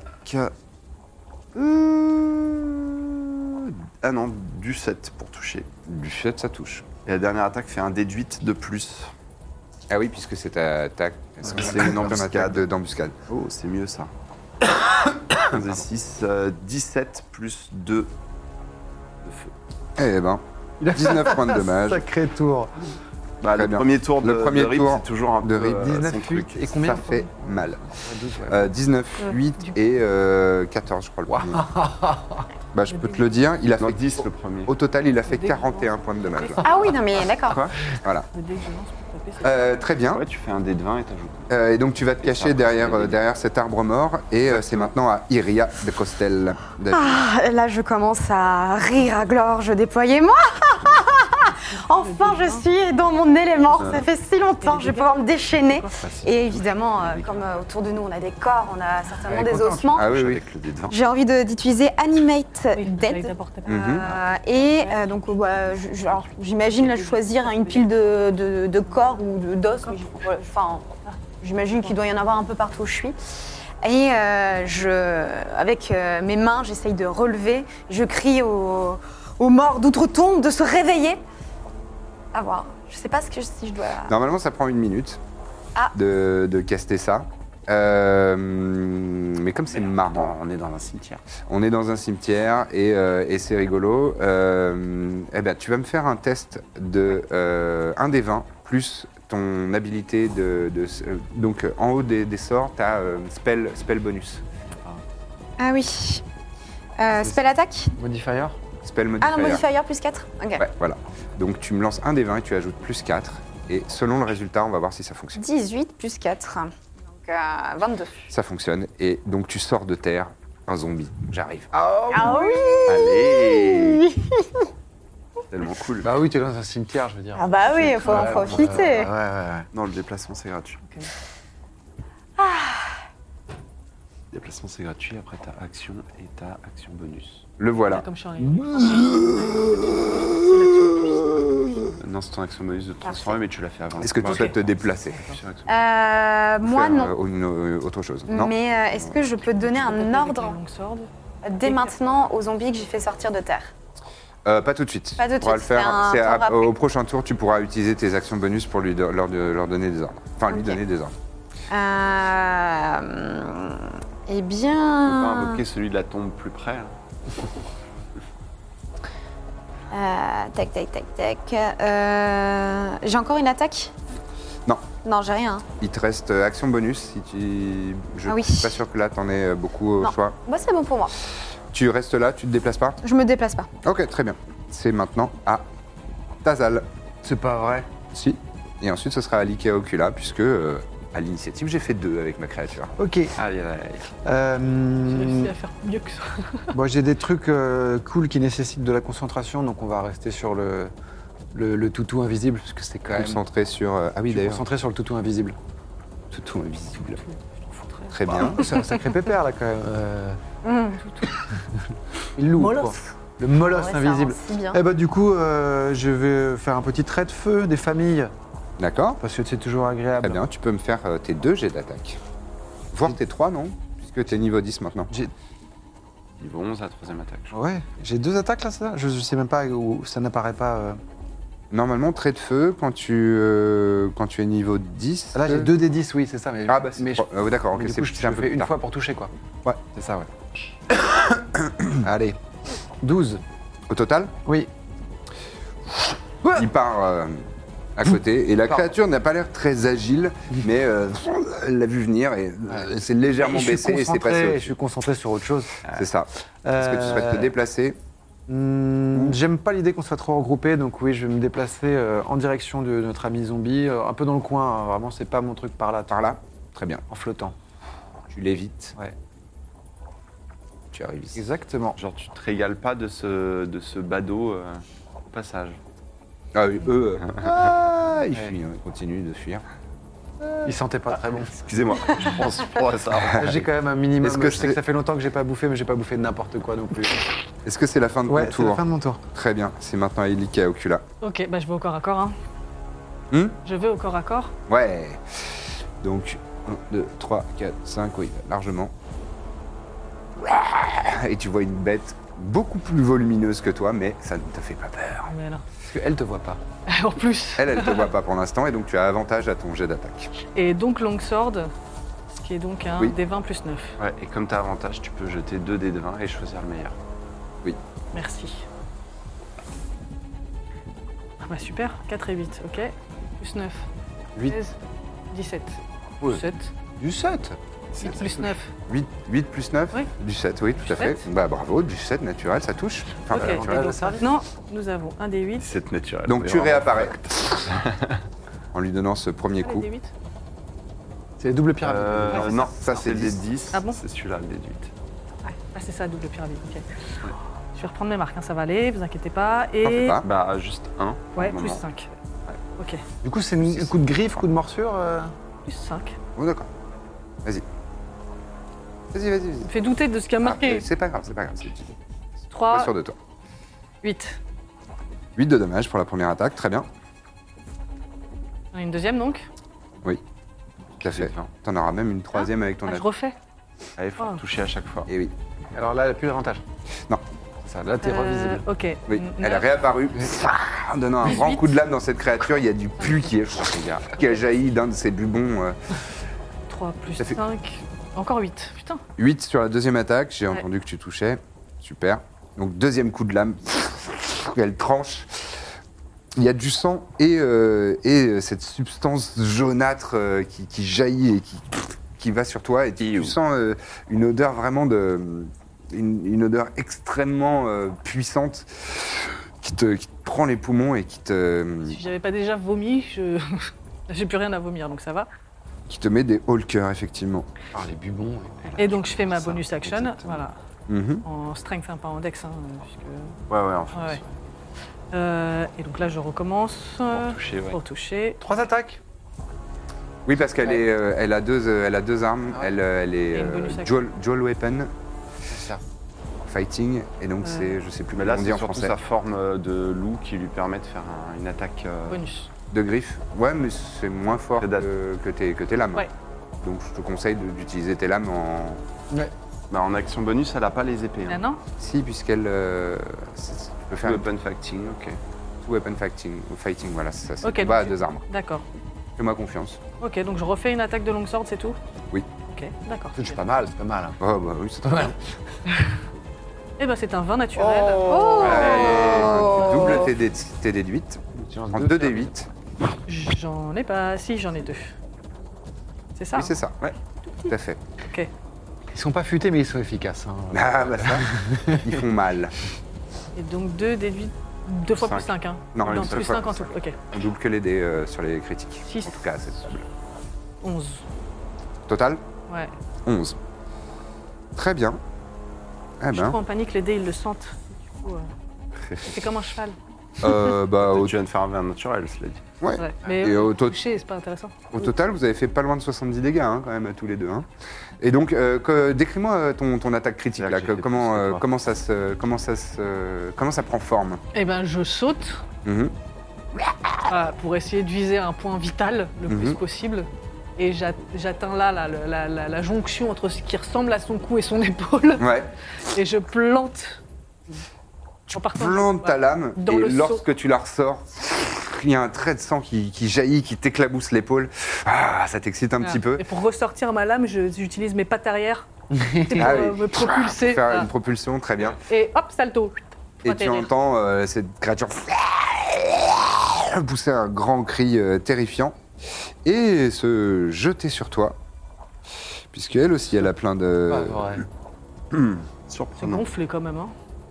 Ah non, du 7 pour toucher. Du 7, ça touche. Et la dernière attaque fait un déduite de plus. Ah oui, puisque c'est ta attaque. C'est une embuscade. d'embuscade. Oh, c'est mieux ça. 15 et 6, 17 plus 2 de feu. Eh ben, 19 points de dommage. Sacré tour. Bah, Très le bien. premier tour de, Le premier de Rip, tour c'est toujours un de peu Rip. son 19, truc. 8 et combien Ça fait mal. 12, ouais. 19, 8 et 14, je crois, le premier. Bah, je peux te le dire, il a Non, fait 10 le premier. Au total, il a fait 41 points de dommage. Ah oui, non mais d'accord. Quoi Voilà. Le dé que je lance pour taper, c'est Très bien. Ouais, tu fais un dé de 20 et t'ajoutes. Et donc, tu vas te cacher derrière cet arbre mort. Et c'est maintenant à Iria de Costel. Ah, là, je commence à rire à gorge déployée. Moi enfin, je suis dans mon élément. Ça fait si longtemps. Je vais pouvoir me déchaîner. Et évidemment, comme autour de nous, on a des corps, on a certainement des ossements. Ah oui, oui. Avec le dé de 20. J'ai envie d'utiliser Animate oui, Dead. d'abord taper. Donc, alors, j'imagine là choisir une pile de corps ou d'os. Mais enfin, j'imagine qu'il doit y en avoir un peu partout où je suis. Et avec mes mains, j'essaye de relever. Je crie aux morts d'outre-tombe de se réveiller. À voir. Je sais pas si je dois. Normalement, ça prend 1 minute Ah. de caster ça. Mais comme c'est marrant, On est dans un cimetière. on est dans un cimetière et c'est rigolo. Eh ben, tu vas me faire un test de 1 des 20 plus ton habilité donc en haut des sorts, tu as spell bonus. Ah oui. Spell attack. Modifier. Spell Ah modifier. non, modifier plus 4. Ok. Ouais, voilà. Donc tu me lances 1 des 20 et tu ajoutes plus 4. Et selon le résultat, on va voir si ça fonctionne. 18 plus 4. Donc 22. Ça fonctionne. Et donc tu sors de terre un zombie. J'arrive. Ah oui. Allez Tellement cool. Bah oui, t'es dans un cimetière, je veux dire. Ah bah oui, il faut en profiter. Ouais. Non, le déplacement, c'est gratuit. Ok. Déplacement, c'est gratuit. Après, t'as action et t'as action bonus. Le voilà. Comme je suis en Non, c'est ton action bonus de te transformer, mais tu l'as fait avant. Est-ce que tu souhaites te déplacer Moi, Faire, non. autre chose Non. Mais est-ce que je peux donner un ordre Longsword. dès maintenant aux zombies que j'ai fait sortir de terre? Pas tout de suite. Pas tout de On pourra suite, le faire. c'est un temps après. Au prochain tour, tu pourras utiliser tes actions bonus pour leur donner des ordres. Enfin, lui Ok. donner des ordres. Eh Tu peux pas bien... invoquer celui de la tombe plus près. Tac. J'ai encore une attaque? Non. Non, j'ai rien. Il te reste action bonus. Si tu... Je Ah oui. suis pas sûr que là, t'en aies beaucoup au Non. choix. Bah, c'est bon pour moi. Tu restes là, tu te déplaces pas Je me déplace pas. Ok, très bien. C'est maintenant à Tazal. C'est pas vrai. Si. Et ensuite, ce sera à Likea Ocula, puisque à l'initiative, j'ai fait 2 avec ma créature. Ok. Aïe, aïe, aïe. J'ai réussi à faire mieux que ça. Bon, j'ai des trucs cool qui nécessitent de la concentration, donc on va rester sur le toutou invisible, parce que c'est quand même... Concentré sur. Ah oui, Je suis d'ailleurs. concentré sur le toutou invisible. Tout invisible. Très bien. C'est un sacré pépère, là, quand même. Il loue, Molosse. quoi. Le molosse Ouais, ça invisible. rend si bien. Eh bah, du coup, je vais faire un petit trait de feu des familles, D'accord. parce que c'est toujours agréable. Très bien. Tu peux me faire tes 2 jets d'attaque. Voire tes 3, non Puisque t'es niveau 10 maintenant. Niveau 11 à la 3e attaque. je crois. Ouais, j'ai 2 attaques, là, ça je sais même pas où ça n'apparaît pas. Normalement, trait de feu, quand tu es niveau 10. Là, j'ai 2 des 10, oui, c'est ça. Mais, Ah, bah, c'est. mais D'accord, ok, mais du c'est coup, je c'est un peu fais plus une tard. fois pour toucher, quoi. Ouais. C'est ça, ouais. Allez. 12. Au total, Oui. il part à côté. Et la Pardon. créature n'a pas l'air très agile, mais elle l'a vu venir et c'est légèrement je suis baissé et c'est passé concentré, je au-dessus. suis concentré sur autre chose. C'est ça. Est-ce que tu souhaites te déplacer J'aime pas l'idée qu'on soit trop regroupés, donc oui, je vais me déplacer en direction de notre ami zombie, un peu dans le coin, hein, vraiment, c'est pas mon truc par là. par là? Très bien. En flottant. Tu l'évites. Ouais. Tu arrives ici. Exactement. Genre, tu te régales pas de ce badaud au passage. Ah oui, ils fuient, ils continuent de fuir. Il sentait pas très bon. Excusez-moi, je pense pas à ça. J'ai quand même un minimum. Est-ce que je sais que ça fait longtemps que j'ai pas bouffé, mais j'ai pas bouffé n'importe quoi non plus. Est-ce que c'est la fin de Ouais, ton c'est la tour? fin de mon tour. Très bien. C'est maintenant à Elika et Ocula. Ok, bah je vais au corps à corps. Hein. Je vais au corps à corps. Ouais. Donc, 1, 2, 3, 4, 5, oui, largement. Et tu vois une bête beaucoup plus volumineuse que toi, mais ça ne te fait pas peur. Mais non. Parce qu'elle te voit pas. En plus. Elle te voit pas pour l'instant, et donc tu as avantage à ton jet d'attaque. Et donc Longsword, ce qui est donc un Oui. des 20 plus 9. Ouais, et comme t'as avantage, tu peux jeter 2 dés de 20 et choisir le meilleur. Merci. Ah bah super, 4 et 8, ok. Plus 9. 8. 16, 17. Ouais. 7, Du 7. 8 plus 9. 8 plus 9 Oui. Du 7, oui, tout à fait. 7. Bah bravo, du 7 naturel, ça touche. Enfin, Ok, naturel. et donc maintenant, nous avons un des 8. C'est naturel. Donc c'est tu vraiment- réapparais. En lui donnant ce premier Ah, les coup. D8. C'est les doubles pyramides. Ouais, c'est Non, ça, c'est c'est le 10. dé 10. Ah bon C'est celui-là, le dé 8. Ouais. Ah, c'est ça, double pyramide, ok. Je vais reprendre mes marques, hein, ça va aller, vous inquiétez pas. T'en fais Et. pas. Bah, juste 1. Ouais, plus 5. Ok, Du coup, c'est un coup de griffe, coup de morsure. plus 5. Oh, d'accord. Vas-y. Vas-y. Me fait douter de ce qui a marqué. C'est pas grave, c'est pas grave. Pas 3, sûr de toi. 8. 8 de dommages pour la première attaque, très bien. On a une deuxième donc. Tout à fait. C'est 20. T'en auras même une troisième avec ton Ah, je attaque. refais. Allez, faut Oh. toucher à chaque fois. Et oui. Alors là, elle a plus d'avantage. Non. C'est ça, là, t'es revisible. Ok. Oui, elle a Neuf. réapparu en donnant un grand 18. coup de lame dans cette créature. Il y a du pu qui a jailli d'un de ses bubons. 3 plus Ça fait- 5. Encore 8. Putain. 8 sur la deuxième attaque, j'ai Ouais. entendu que tu touchais. Super. Donc deuxième coup de lame, elle tranche. Il y a du sang et cette substance jaunâtre qui jaillit et qui va sur toi. Et tu sens une odeur vraiment une odeur extrêmement puissante qui te prend les poumons et qui Si j'avais pas déjà vomi, j'ai plus rien à vomir, donc ça va. met des hauts le cœur, effectivement. Ah, les bubons. Et donc je fais ma Ça, bonus action, exactement. voilà. Mhm. En strength, hein, pas en dex, hein, puisque... Ouais, en fait. Ouais, ouais. Et donc là, je recommence. Pour toucher, ouais. Pour toucher. 3 attaques. Oui, parce qu'elle est, elle a deux armes. Ah ouais. Elle Et est une bonus action. dual weapon C'est ça. fighting. Et donc, c'est, je sais plus Mais comment là, on dit c'est en surtout français. sa forme de loup qui lui permet de faire une attaque. Bonus. De griffes. Ouais, mais c'est moins fort Que que tes lames. Ouais. Donc, je te conseille d'utiliser tes lames en. Ouais. Bah, en action bonus, elle a pas les épées. Ah Hein. non Si, puisqu'elle. Tu peux faire Weapon fighting, ok. two weapon fighting, voilà, c'est ça. C'est Ok, combat à donc- 2 armes. D'accord. Fais-moi confiance. Ok, donc je refais une attaque de longsword, c'est tout? Oui. Ok, d'accord. C'est pas mal, c'est pas mal. Hein. Oh, bah oui, c'est très bien. Eh ben, c'est un 20 naturel. Allez, double tes déduites. Tu lances Prends deux 2 pierres. D8. J'en ai pas. Si, j'en ai 2. C'est ça? Oui, c'est ça. Ouais, tout à fait. Ok. Ils sont pas futés, mais ils sont efficaces. Hein. Ah, bah ça, ils font mal. Et donc 2 déduits. 2 fois plus 5, hein? Non, une plus seule fois 5 en plus tout. cinq. Ok. On double que les dés sur les critiques. Six. En tout cas, à cette table. 11. Total Ouais. 11. Très bien. Eh Je suis ben, trop en panique, les dés, ils le sentent. Du coup, c'est comme un cheval. bah, au, Tu viens de faire un vin naturel, cela dit. ouais. Ouais. Mais Et au toucher, c'est pas intéressant. total, vous avez fait pas loin de 70 dégâts, hein, quand même, tous les deux. Hein. Et donc, décris-moi ton attaque critique, C'est là. là que j'ai fait Comment, plus que toi. comment ça prend forme Eh ben, je saute Mhm. pour essayer de viser un point vital le plus Mhm. possible. Et j'atteins là la jonction entre ce qui ressemble à son cou et son épaule. Ouais. Et je plante. Tu Plante ta lame, Dans et le lorsque tu la ressors, il y a un trait de sang qui jaillit, qui t'éclabousse l'épaule. Ah, ça t'excite un petit peu. Et pour ressortir ma lame, j'utilise mes pattes arrière pour Ah oui. me propulser. Faire Voilà. une propulsion, très bien. Et hop, salto. Pour Et tu atterrir. entends cette créature pousser un grand cri terrifiant et se jeter sur toi. Puisqu'elle aussi, elle a plein de... Pas vrai. C'est Surprenant. gonflé quand même. Hein.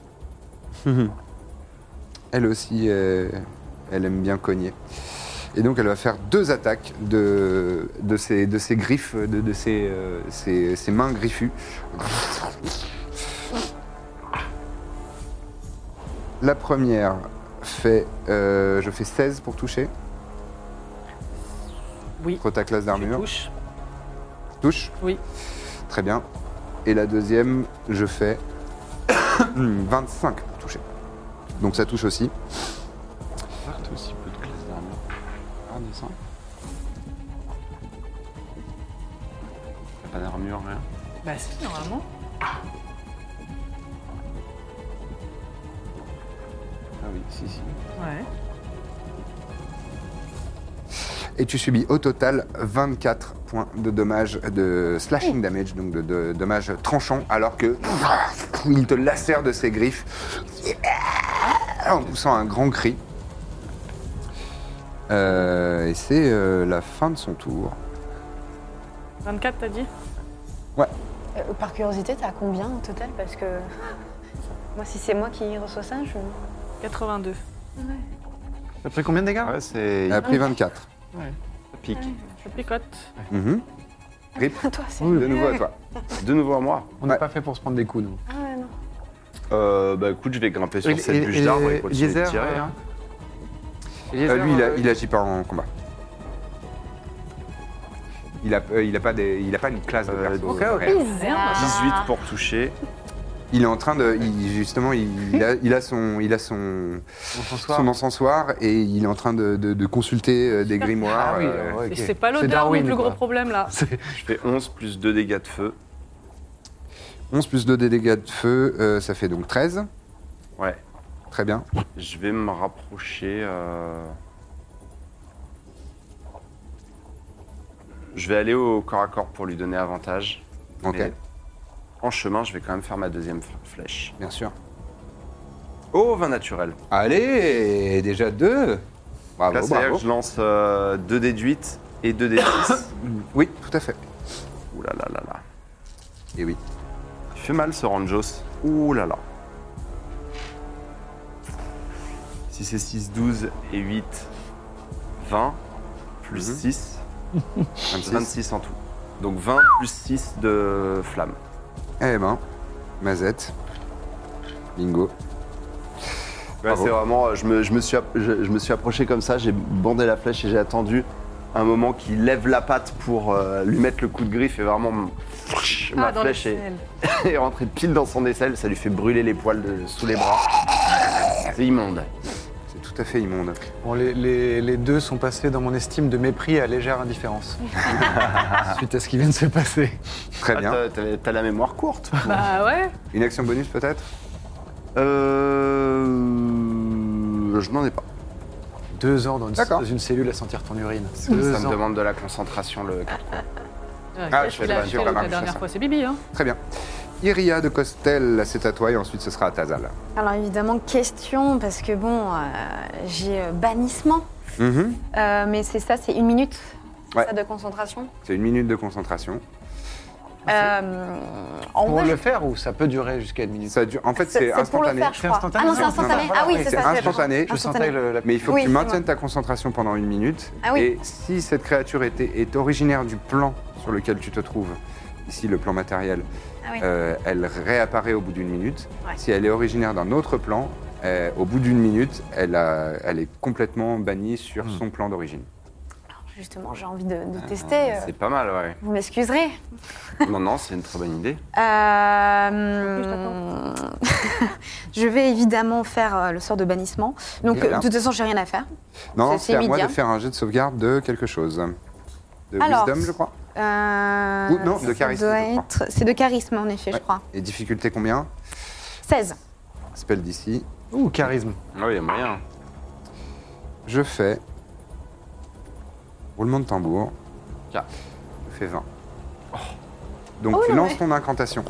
Elle aussi, elle aime bien cogner. Et donc, elle va faire 2 attaques de ses griffes, de ses mains griffues. La première fait... je fais 16 pour toucher. Oui. Contre ta classe Je d'armure. touche. Touche. Oui. Très bien. Et la deuxième, je fais 25 pour toucher. Donc ça touche aussi. Ah, t'as aussi peu de classe d'armure. Regarde ça. T'as pas d'armure, rien. Bah si, normalement. Ah oui, si. Ouais. Et tu subis au total 24 points de dommages, de slashing damage, donc de dommages tranchants, alors que il te lacère de ses griffes en poussant un grand cri. Et c'est la fin de son tour. 24, t'as dit? Ouais. Par curiosité, t'as combien au total? Parce que moi, si c'est moi qui reçois ça, je... 82. T'as pris combien de dégâts? Ouais, c'est. Elle a pris 24. Ça pique. Ça picote. Mhm. Rip, Toi, c'est... de nouveau à toi. De nouveau à moi. On n'est Ouais. pas fait pour se prendre des coups, nous. Ah ouais, non. Bah écoute, je vais grimper sur Et- cette et- bûche et- d'arbre et continuer de Eliezer, tirer. Hein. Lui, il agit pas en combat. Il a pas une classe de perso. ok, ok. réelle. 18 pour toucher. Il est en train de, justement, il a son encensoir et il est en train de consulter des grimoires. Ah oui, euh, ok. Et c'est pas C'est l'odeur Darwin, le plus quoi. gros problème là. Je fais 11 plus 2 dégâts de feu. 11 plus 2 dégâts de feu, ça fait donc 13. Ouais. Très bien. Je vais me rapprocher. Je vais aller au corps à corps pour lui donner avantage. Ok, Mais en chemin, je vais quand même faire ma deuxième flèche. bien sûr. Oh, 20 naturel. Allez, déjà 2. Bravo, Là, c'est-à-dire bravo. que je lance 2 dés de 8 et 2 dés de 6. Oui, tout à fait. Ouh là là là là. Et oui. Il fait mal ce Ranjos. Ouh là là. Si c'est 6, 12 et 8, 20, plus Mhm. 6, 26. 26 en tout. Donc 20 plus 6 de flamme. Eh ben, Mazette. Bingo. C'est vraiment, je me suis approché comme ça, j'ai bandé la flèche et j'ai attendu un moment qu'il lève la patte pour lui mettre le coup de griffe et vraiment ma flèche est rentrée pile dans son aisselle, ça lui fait brûler les poils sous les bras. C'est immonde. C'est tout à fait immonde. Bon, les deux sont passés dans mon estime de mépris à légère indifférence. Suite à ce qui vient de se passer. Très bien. T'as la mémoire courte. Bah ouais. Une action bonus peut-être? Je n'en ai pas. 2 ans dans D'accord. une cellule à sentir ton urine. Ça me demande de la concentration le 4. Ah, je fais la pas sûr, la dernière fois, c'est Bibi, hein. Très bien. Iria de Costel, c'est à toi et ensuite ce sera à Tazal. Alors évidemment, question, parce que bon, j'ai bannissement. Mais c'est ça, c'est 1 minute Ouais. ça, de concentration. C'est 1 minute de concentration. En Pour vrai, le faire ou ça peut durer jusqu'à 1 minute? Ça dure... En fait, c'est c'est pour le instantané. faire, je crois. instantané, Ah non, c'est c'est instantané. instantané. Ah oui, Oui, c'est c'est ça. instantané. Je sentais la... Mais il faut Oui, que tu c'est maintiennes moi. ta concentration pendant 1 minute. Ah oui. Et si cette créature est originaire du plan sur lequel tu te trouves, ici le plan matériel, Ah oui. elle réapparaît au bout d'1 minute. Ouais. Si elle est originaire d'un autre plan, au bout d'1 minute, elle est complètement bannie sur son plan d'origine. Justement, j'ai envie de tester. C'est pas mal, ouais. Vous m'excuserez. Non, c'est une très bonne idée. Je vais évidemment faire le sort de bannissement. Donc, Bien. de toute façon, j'ai rien à faire. Non, C'est c'est à moi immédiat. de faire un jet de sauvegarde de quelque chose. De Alors, wisdom, je crois. Ou non, de charisme, je crois. C'est de charisme, en effet, Ouais. je crois. Et difficulté combien? 16. Spell d'ici. Ouh, charisme. Ah oui, il y a moyen. Je fais. Roulement de tambour. Tiens. Je fais 20. Donc Oh, tu ouais. lances ton incantation.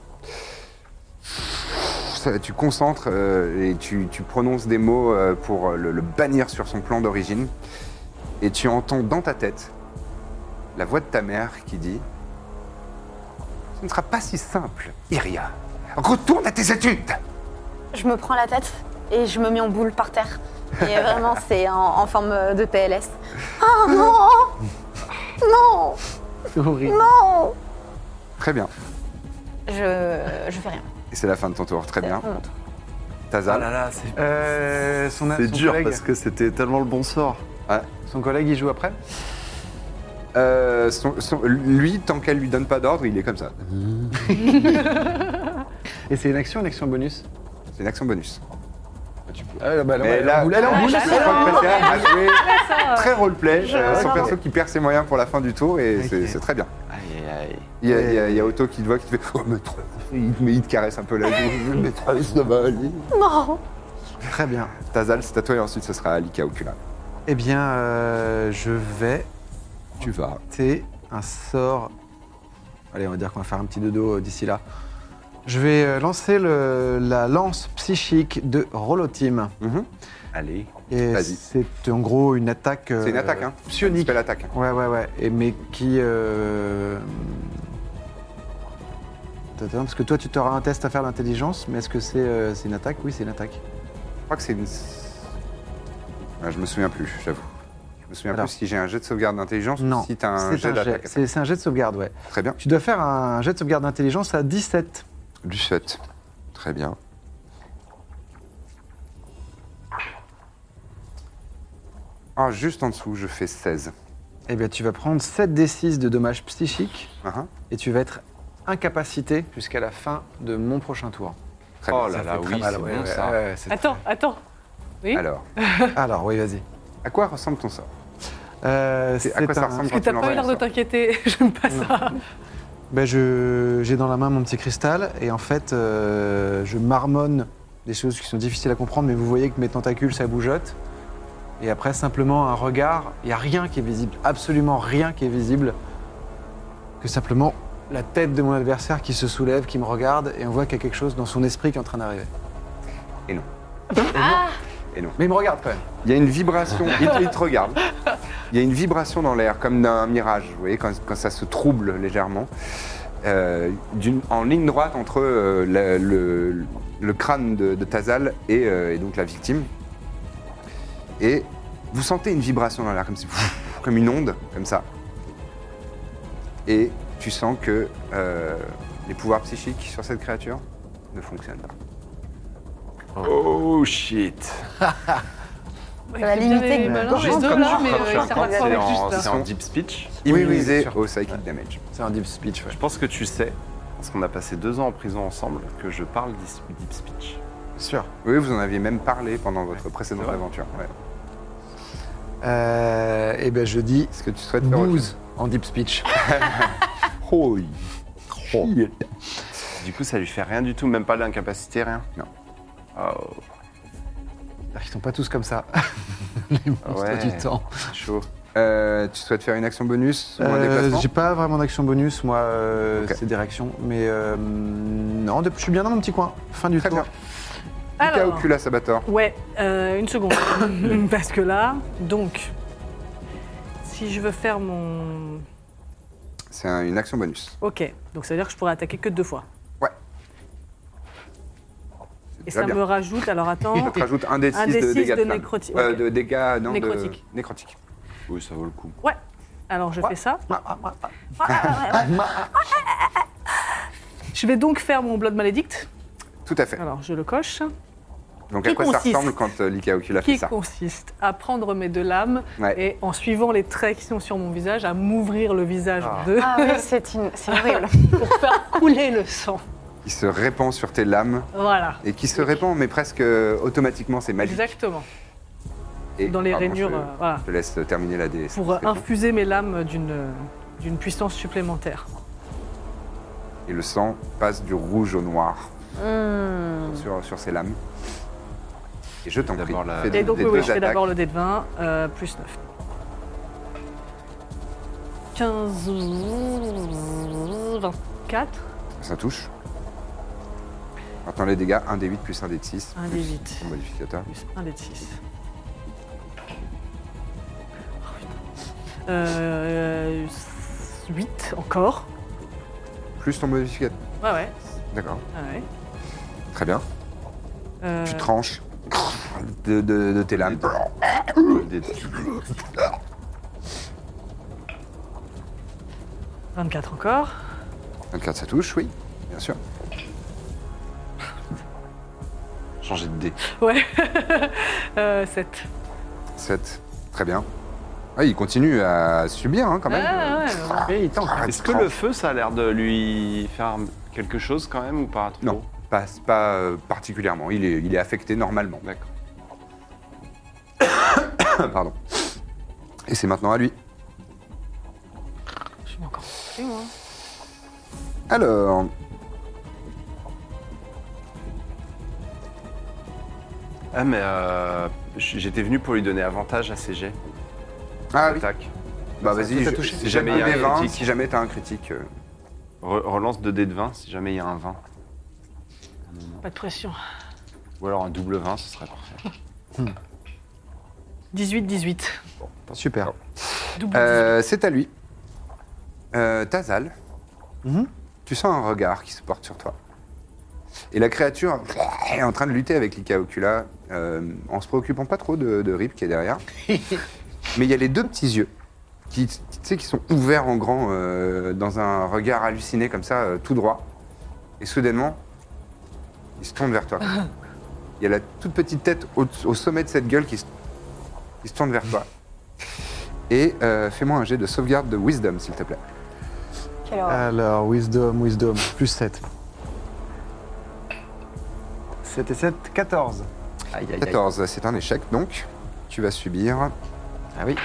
Tu concentres et tu prononces des mots pour le bannir sur son plan d'origine. Et tu entends dans ta tête la voix de ta mère qui dit « Ce ne sera pas si simple, Iria. Retourne à tes études !» Je me prends la tête et je me mets en boule par terre. Et vraiment, c'est en forme de PLS. Ah non. Non. C'est horrible. Non. Très bien. Je fais rien. Et c'est la fin de ton tour. Très bien. Honte. Tazal. là, c'est son C'est dur collègue, parce que c'était tellement le bon sort. son collègue, il joue après. Lui, tant qu'elle lui donne pas d'ordre, il est comme ça. Et c'est une action bonus. C'est une action bonus. Ah, bah, Mais là, elle est en boule. je crois que Pascal a joué très roleplay. Son non, perso qui perd ses moyens pour la fin du tour et Ok. c'est très bien. Aïe, aïe. Il y a Otto qui te voit, qui te fait « Oh, maîtresse !» Mais il te caresse un peu la joue. « Maîtresse, ça va aller. Non. Très bien. » Tazal, c'est à toi et ensuite ce sera Alika Ocula. Eh bien, je vais Tu vas. tenter un sort. Allez, on va dire qu'on va faire un petit dodo d'ici là. Je vais lancer la lance psychique de Rolotim. Allez. Et Vas-y. c'est en gros une attaque. C'est une attaque, hein. Psionique. Spell attaque. Ouais. Et mais qui. Attends, parce que toi, tu auras un test à faire d'intelligence, mais est-ce que c'est une attaque? Oui, c'est une attaque. Je crois que c'est une... Ah, je me souviens plus, j'avoue. Je me souviens Alors. plus si j'ai un jet de sauvegarde d'intelligence Non. ou si tu as un c'est jet d'attaque. C'est un jet de sauvegarde, ouais. Très bien. Tu dois faire un jet de sauvegarde d'intelligence à 17. Du 7. Très bien. Ah, juste en dessous, je fais 16. Eh bien, tu vas prendre 7d6 de dommages psychiques Uh-huh. et tu vas être incapacité jusqu'à la fin de mon prochain tour. Très Oh bien. là là, fait très oui, mal, c'est ouais, bon ouais, ça. ouais, c'est Attends. Oui. Alors, Alors, oui, vas-y. à quoi ressemble ton sort C'est à quoi ça ressemble Parce quand que t'as tu pas eu l'air de l'envoies t'inquiéter. J'aime pas ça. Ben, j'ai dans la main mon petit cristal et en fait, je marmonne des choses qui sont difficiles à comprendre, mais vous voyez que mes tentacules, ça bougeotte. Et après, simplement un regard, il n'y a rien qui est visible, absolument rien qui est visible, que simplement la tête de mon adversaire qui se soulève, qui me regarde, et on voit qu'il y a quelque chose dans son esprit qui est en train d'arriver. Et non. Et non. Mais il me regarde quand même. Il y a une vibration, il te regarde. Il y a une vibration dans l'air, comme d'un mirage, vous voyez, quand ça se trouble légèrement. En ligne droite entre le crâne de Tazal et donc la victime. Et vous sentez une vibration dans l'air, comme une onde, comme ça. Et tu sens que les pouvoirs psychiques sur cette créature ne fonctionnent pas. Oh shit. Ça va limiter malin, juste les deux, comme là, ça. mais Je suis ils un servent point, à c'est quoi avec en, juste c'est là en deep speech. Immunisé sûr. au psychic damage. C'est un deep speech, ouais. Je pense que tu sais, parce qu'on a passé 2 ans en prison ensemble, que je parle deep speech. Sûr. Oui, vous en aviez même parlé pendant votre précédente C'est vrai. aventure. Ouais. Eh ben je dis Est-ce que tu souhaites faire autre chose? 12 en deep speech. Oh. Du coup, ça lui fait rien du tout, même pas l'incapacité, rien. Non. Oh, Ils sont pas tous comme ça. Les monstres Ouais. du temps. c'est chaud. Tu souhaites faire une action bonus ou un déplacement? J'ai pas vraiment d'action bonus, moi, Ok. c'est des réactions. Mais non, je suis bien dans mon petit coin. Fin du Très tour. bien. Lika Alors, Ocula Sabator. ouais, une seconde. Parce que là, donc, si je veux faire mon... C'est une action bonus. Ok, donc ça veut dire que je pourrais attaquer que 2 fois. Ouais. Et Déjà ça bien. me rajoute, alors attends, Je te rajoute un des 6 un des de 6 dégâts de flamme. nécrotique. Ok. De dégâts, non, Nécrotique. de nécrotique. Oui, ça vaut le coup. Ouais, alors je fais ça. Je vais donc faire mon Blood Maledict. Tout à fait. Alors je le coche. Donc Qui à quoi ça consiste- ressemble quand Lika Ocula fait Qui ça? consiste à prendre mes 2 lames Ouais. et en suivant les traits qui sont sur mon visage, à m'ouvrir le visage en deux Ah oui, c'est horrible. pour faire couler le sang. Qui se répand sur tes lames Voilà, et qui se répand, mais presque automatiquement, c'est magique. exactement. Et, Dans les pardon, rainures, voilà. Je te laisse terminer la DS. Pour infuser mes lames d'une puissance supplémentaire. Et le sang passe du rouge au noir Hmm. sur ces lames. Et je t'en prie, D'abord la- fais Et donc des oui, deux je fais attaques. d'abord le dé de 20, plus 9. 15, 24, Ça touche. Maintenant les dégâts, 1 des 8 plus 1 des 6. Un des 8. Ton modificateur. plus 1 dé de 6. 8 encore. Plus ton modificateur. Ouais. D'accord. Ouais. Très bien. Euh, Tu tranches de tes lames. Des- 24 encore. 24, ça touche, oui, bien sûr. Changer de dé. Ouais. 7. 7, très bien. Ah, il continue à subir hein, quand même. Et il tente. Est-ce que le feu, ça a l'air de lui faire quelque chose quand même ou pas trop? Non, pas particulièrement. Il est affecté normalement. D'accord. Pardon. Et c'est maintenant à lui. Je suis encore touché, moi. Alors, Ah, mais j'étais venu pour lui donner avantage à ses jets. ah oui. Attaque. Bah Ça vas-y, t'a touché. Si jamais il y a des un 20, critique. si jamais t'as un critique. Relance 2 dés de 20 si jamais il y a un 20. Pas de pression. Ou alors un double 20, ce serait parfait. 18. Super. Double 18. C'est à lui. Tazal, tu sens un regard qui se porte sur toi. Et la créature est en train de lutter avec Lika Ocula, en se préoccupant pas trop de Rip qui est derrière. Mais il y a les 2 petits yeux qui, tu sais, qui sont ouverts en grand dans un regard halluciné comme ça, tout droit. Et soudainement, il se tourne vers toi. Il y a la toute petite tête au sommet de cette gueule qui se tourne vers toi. Et fais-moi un jet de sauvegarde de Wisdom, s'il te plaît. Quelle horreur. Alors, wisdom, plus 7. 7 et 7, 14. Aïe, aïe, aïe. 14, c'est un échec, donc tu vas subir. Ah oui.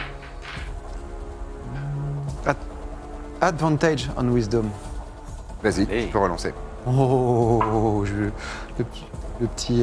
Advantage on wisdom. Vas-y, Hey. tu peux relancer. Oh, le petit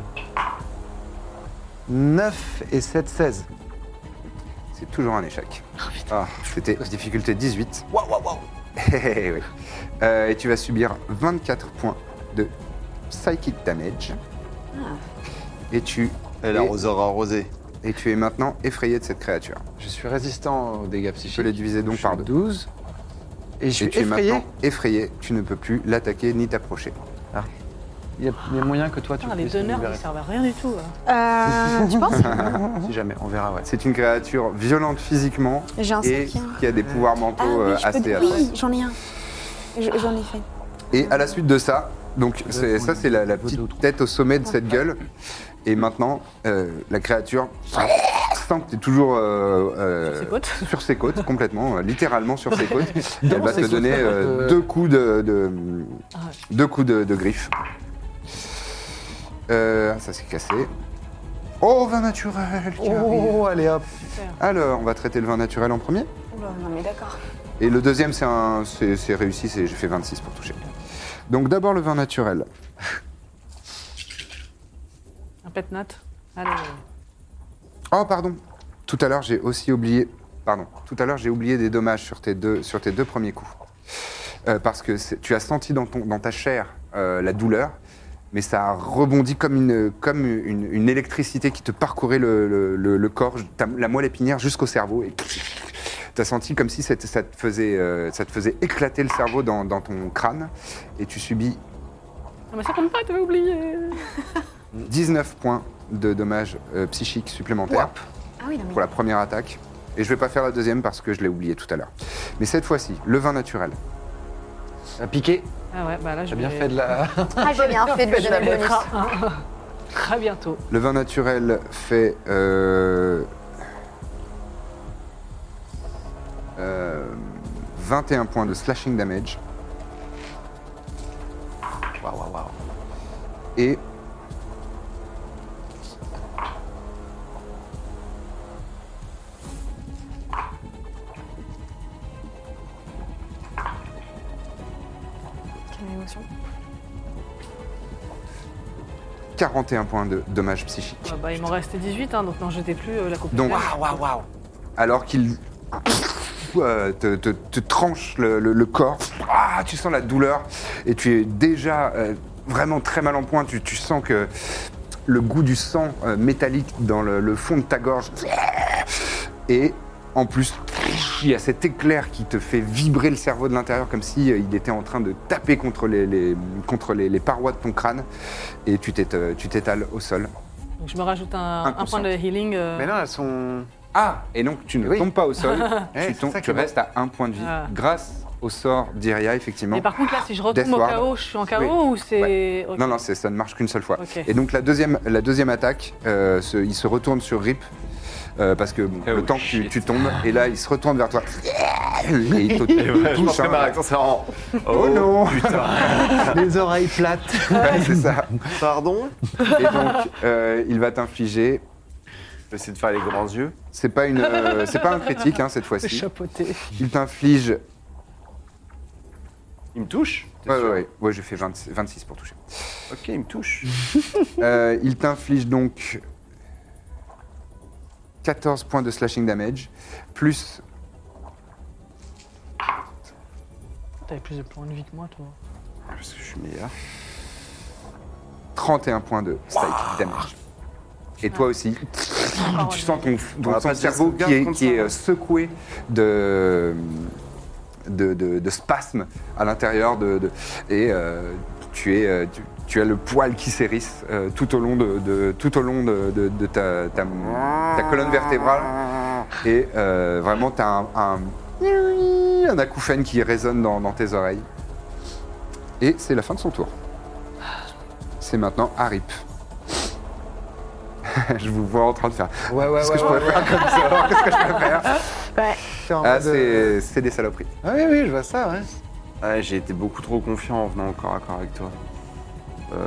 9 et 7, 16. C'est toujours un échec. Ah, c'était difficulté 18. Waouh, waouh, waouh. Oui. Et tu vas subir 24 points de psychic damage. Et tu Elle arrosera arrosé. et tu es maintenant effrayé de cette créature. Je suis résistant aux dégâts Tu psychiques. peux les diviser donc par 2. 12. Et je suis Et tu es effrayé. maintenant effrayé. Tu ne peux plus l'attaquer ni t'approcher. Il y a moyen que toi tu Ah, les puisses me donneurs, libérer. ils servent à rien du tout. Hein. Tu penses? Si jamais, on verra, ouais. C'est une créature violente physiquement J'ai un et sac. qui a des pouvoirs mentaux Ah oui, assez oui, atroces. j'en ai un. J'en ai fait. Et à la suite de ça, Donc c'est la petite tête au sommet de cette gueule. Et maintenant, la créature sent que tu es toujours ses côtes. sur ses côtes, complètement, littéralement sur ses côtes. Elle va te donner deux coups de griffes. Ça s'est cassé. Oh, vin naturel qui arrive. Oh, allez hop. Alors, on va traiter le vin naturel en premier. Oula, non mais d'accord. Et le deuxième, c'est réussi, j'ai fait 26 pour toucher. Donc d'abord le vin naturel. Un pet nat. Allez. Oh, pardon. Tout à l'heure, j'ai aussi oublié... Pardon. Tout à l'heure, j'ai oublié des dommages sur tes deux premiers coups. Parce que tu as senti dans ta chair la douleur, mais ça a rebondi comme une électricité qui te parcourait le corps, la moelle épinière jusqu'au cerveau. Et tu as senti comme si ça te faisait éclater le cerveau dans ton crâne. Et tu subis Ah, mais ça compte pas, t'avais oublié. 19 points de dommages psychiques supplémentaires Ah oui, non mais... pour la première attaque. Et je vais pas faire la deuxième parce que je l'ai oublié tout à l'heure. Mais cette fois-ci, le vin naturel. Un piqué. Ah ouais, bah là, J'ai bien fait de la. Ah, j'ai bien fait de lui donner le bonus. Très bientôt. Le vin naturel fait 21 points de slashing damage. Waouh. Et Quelle émotion. 41 points de dommages psychiques. Ah bah, il m'en restait 18, hein, donc n'en jetez plus la coupe. Donc, Waouh. alors qu'il te tranche le corps, tu sens la douleur et tu es déjà vraiment très mal en point. Tu sens que le goût du sang métallique dans le fond de ta gorge. Et en plus, il y a cet éclair qui te fait vibrer le cerveau de l'intérieur comme si il était en train de taper contre les parois de ton crâne. Et tu t'étales au sol. Donc je me rajoute un point de healing. Mais non, elles sont. Ah, et donc tu ne Oui. tombes pas au sol, Ouais, c'est ça qui tu est bon. restes à 1 point de vie Ah. grâce au sort d'Iria, effectivement. Mais par contre, là, si je retombe au Deathward. KO, je suis en KO Oui. ou c'est. Ok. Non, ça ne marche qu'une seule fois. Ok. Et donc la deuxième attaque, il se retourne sur Rip, parce que le temps que tu tombes, et là il se retourne vers toi. Et il te Je pense touche. que ma réaction, c'est en. Oh non Les oreilles plates. Ouais, c'est ça. Pardon. Et donc il va t'infliger. Je vais essayer de faire les grands yeux. C'est pas un critique cette C'est fois-ci. chapeauté. Il t'inflige. Il me touche. T'es Ouais, sûr ouais, j'ai fait 26 pour toucher. Ok, il me touche. Il t'inflige donc 14 points de slashing damage, plus T'avais plus de points de vie que moi, toi. Parce que je suis meilleur. 31 points de psychic damage. Et toi aussi, tu sens ton On va pas dire cerveau sauvegarde contre qui est ça. secoué de spasmes à l'intérieur et tu as le poil qui s'érisse tout au long de ta colonne vertébrale et vraiment tu as un acouphène qui résonne dans tes oreilles. Et c'est la fin de son tour. C'est maintenant à Rip. Je vous vois en train de faire. Qu'est-ce que je pourrais faire comme ça? Qu'est-ce que je peux faire? Ah, c'est des saloperies. Ah oui, je vois ça, ouais. Ouais, j'ai été beaucoup trop confiant en venant au corps à corps avec toi. Tu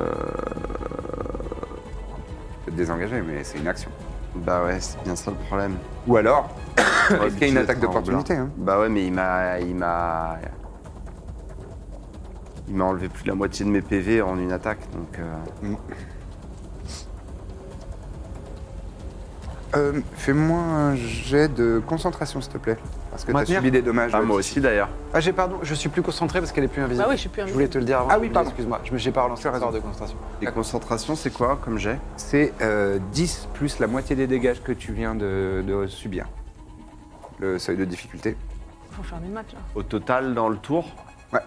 peux te désengager, mais c'est une action. Bah ouais, c'est bien ça le problème. Ou alors, est-ce qu'il y a une D'être attaque en d'opportunité blanc. Bah ouais, mais il m'a enlevé plus de la moitié de mes PV en une attaque, donc. Fais-moi un jet de concentration, s'il te plaît. Parce que tu as Maintenir subi des dommages. Ah, moi aussi d'ailleurs. Ah, pardon, je suis plus concentré parce qu'elle est plus invisible. Bah oui, je suis plus Je voulais te le dire avant. Ah oui, pardon. Excuse-moi, j'ai pas relancé Tu as le sort raison. de concentration. Et concentration, c'est quoi comme jet? C'est 10 plus la moitié des dégâts que tu viens de subir. Le seuil de difficulté. Faut faire des maths, là. Au total dans le tour? Ouais.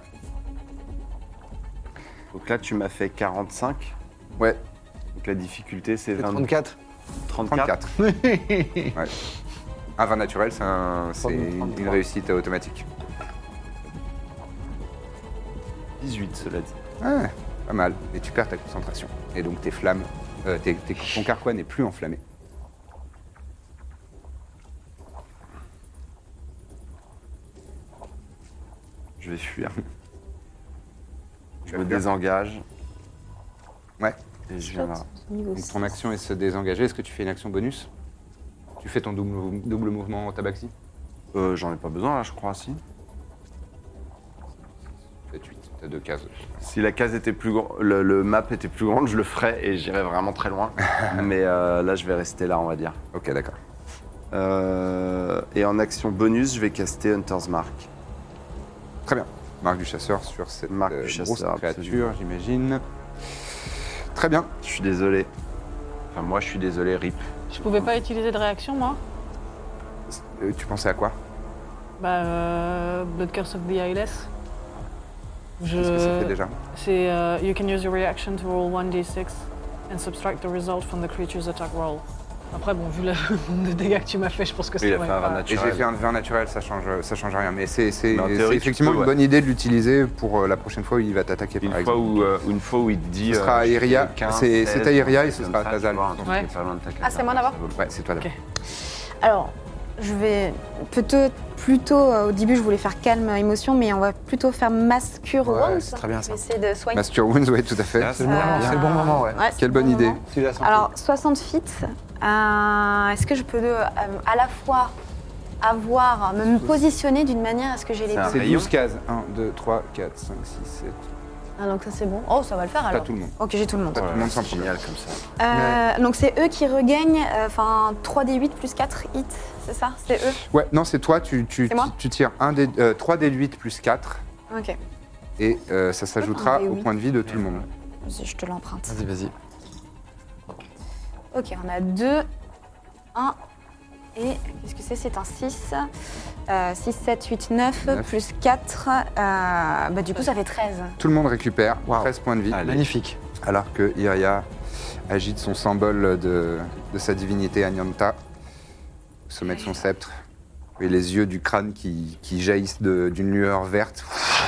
Donc là, tu m'as fait 45. Ouais, Donc la difficulté, c'est 20... 34. 34. 34. Ouais. Un vin naturel, c'est une 33. réussite automatique. 18, cela dit. Ah, Pas mal. Et tu perds ta concentration. Et donc tes flammes, ton carquois n'est plus enflammé. Je vais fuir. Je vas me fuir désengage Ouais. et je viens là. Niveau Donc ton 6. action est se désengager. Est-ce que tu fais une action bonus? Tu fais ton double mouvement en tabaxi? J'en ai pas besoin là, je crois, si. 7, 8. T'as 2 cases. Si la case était plus grande, le map était plus grande, je le ferais et j'irais vraiment très loin. Mais là, je vais rester là, on va dire. Ok, d'accord. Et en action bonus, je vais caster Hunter's Mark. Très bien. Marque du chasseur sur cette Marque du grosse chasseur, créature, absolument. j'imagine. Très bien. Je suis désolé. Enfin, moi, je suis désolé, RIP. Je pouvais pas utiliser de réaction, moi. Tu pensais à quoi? Blood Curse of the Eyeless. Qu'est-ce que ça fait déjà? C'est you can use your reaction to roll 1d6 and subtract the result from the creature's attack roll. Après, bon, vu le nombre de dégâts que tu m'as fait, je pense que ça Il a va fait un pas- vin Et j'ai naturel. fait un vin naturel, ça change rien. Mais c'est Mais en théorie, tu effectivement peux, une ouais. bonne idée de l'utiliser pour la prochaine fois où il va t'attaquer, Une par fois, exemple. une fois où il te dit. Ce sera à je fais Iria. 15, C'est 16, à Iria et ce comme sera à ça, Tazal. tu vois, un truc Ouais. qui est pas loin de ta Ah, c'est moi case. d'abord Ouais, c'est toi d'abord. Ok. Alors, je vais plutôt au début, je voulais faire calme émotion, mais on va plutôt faire mass cure Ouais, wounds. c'est très bien, Je ça. vais essayer de soigner. Master Wounds, oui, tout à fait. Ah, C'est le bon moment, c'est le bon moment, ouais. Ouais, c'est Quelle le bonne bon idée. moment. Celui-là, sans Alors, 60 feet. Est-ce que je peux à la fois me positionner d'une manière à ce que j'ai les C'est un deux C'est rayon. 12 cases. 1, 2, 3, 4, 5, 6, 7. Ah, donc ça c'est bon. Oh, ça va le faire Pas alors. tout le monde. Ok, j'ai tout le monde. Pas tout le monde sans C'est problème. génial comme ça. Donc c'est eux qui regagnent 3d8 plus 4 hits, c'est ça? C'est eux? Ouais, non, c'est toi, tu moi tires 3 d 8 plus 4 Ok. et ça s'ajoutera un au D8. point de vie de tout le monde. Vas-y, je te l'emprunte. Vas-y, vas-y. Ok, on a 2, 1 et qu'est-ce que c'est? C'est un 6. 6, 7, 8, 9 9. plus 4. Du coup, ça fait 13. Tout le monde récupère Wow. 13 points de vie, Allez. Magnifique. alors que Iria agite son symbole de sa divinité Anyanta au sommet de son sceptre. Et les yeux du crâne qui jaillissent d'une lueur verte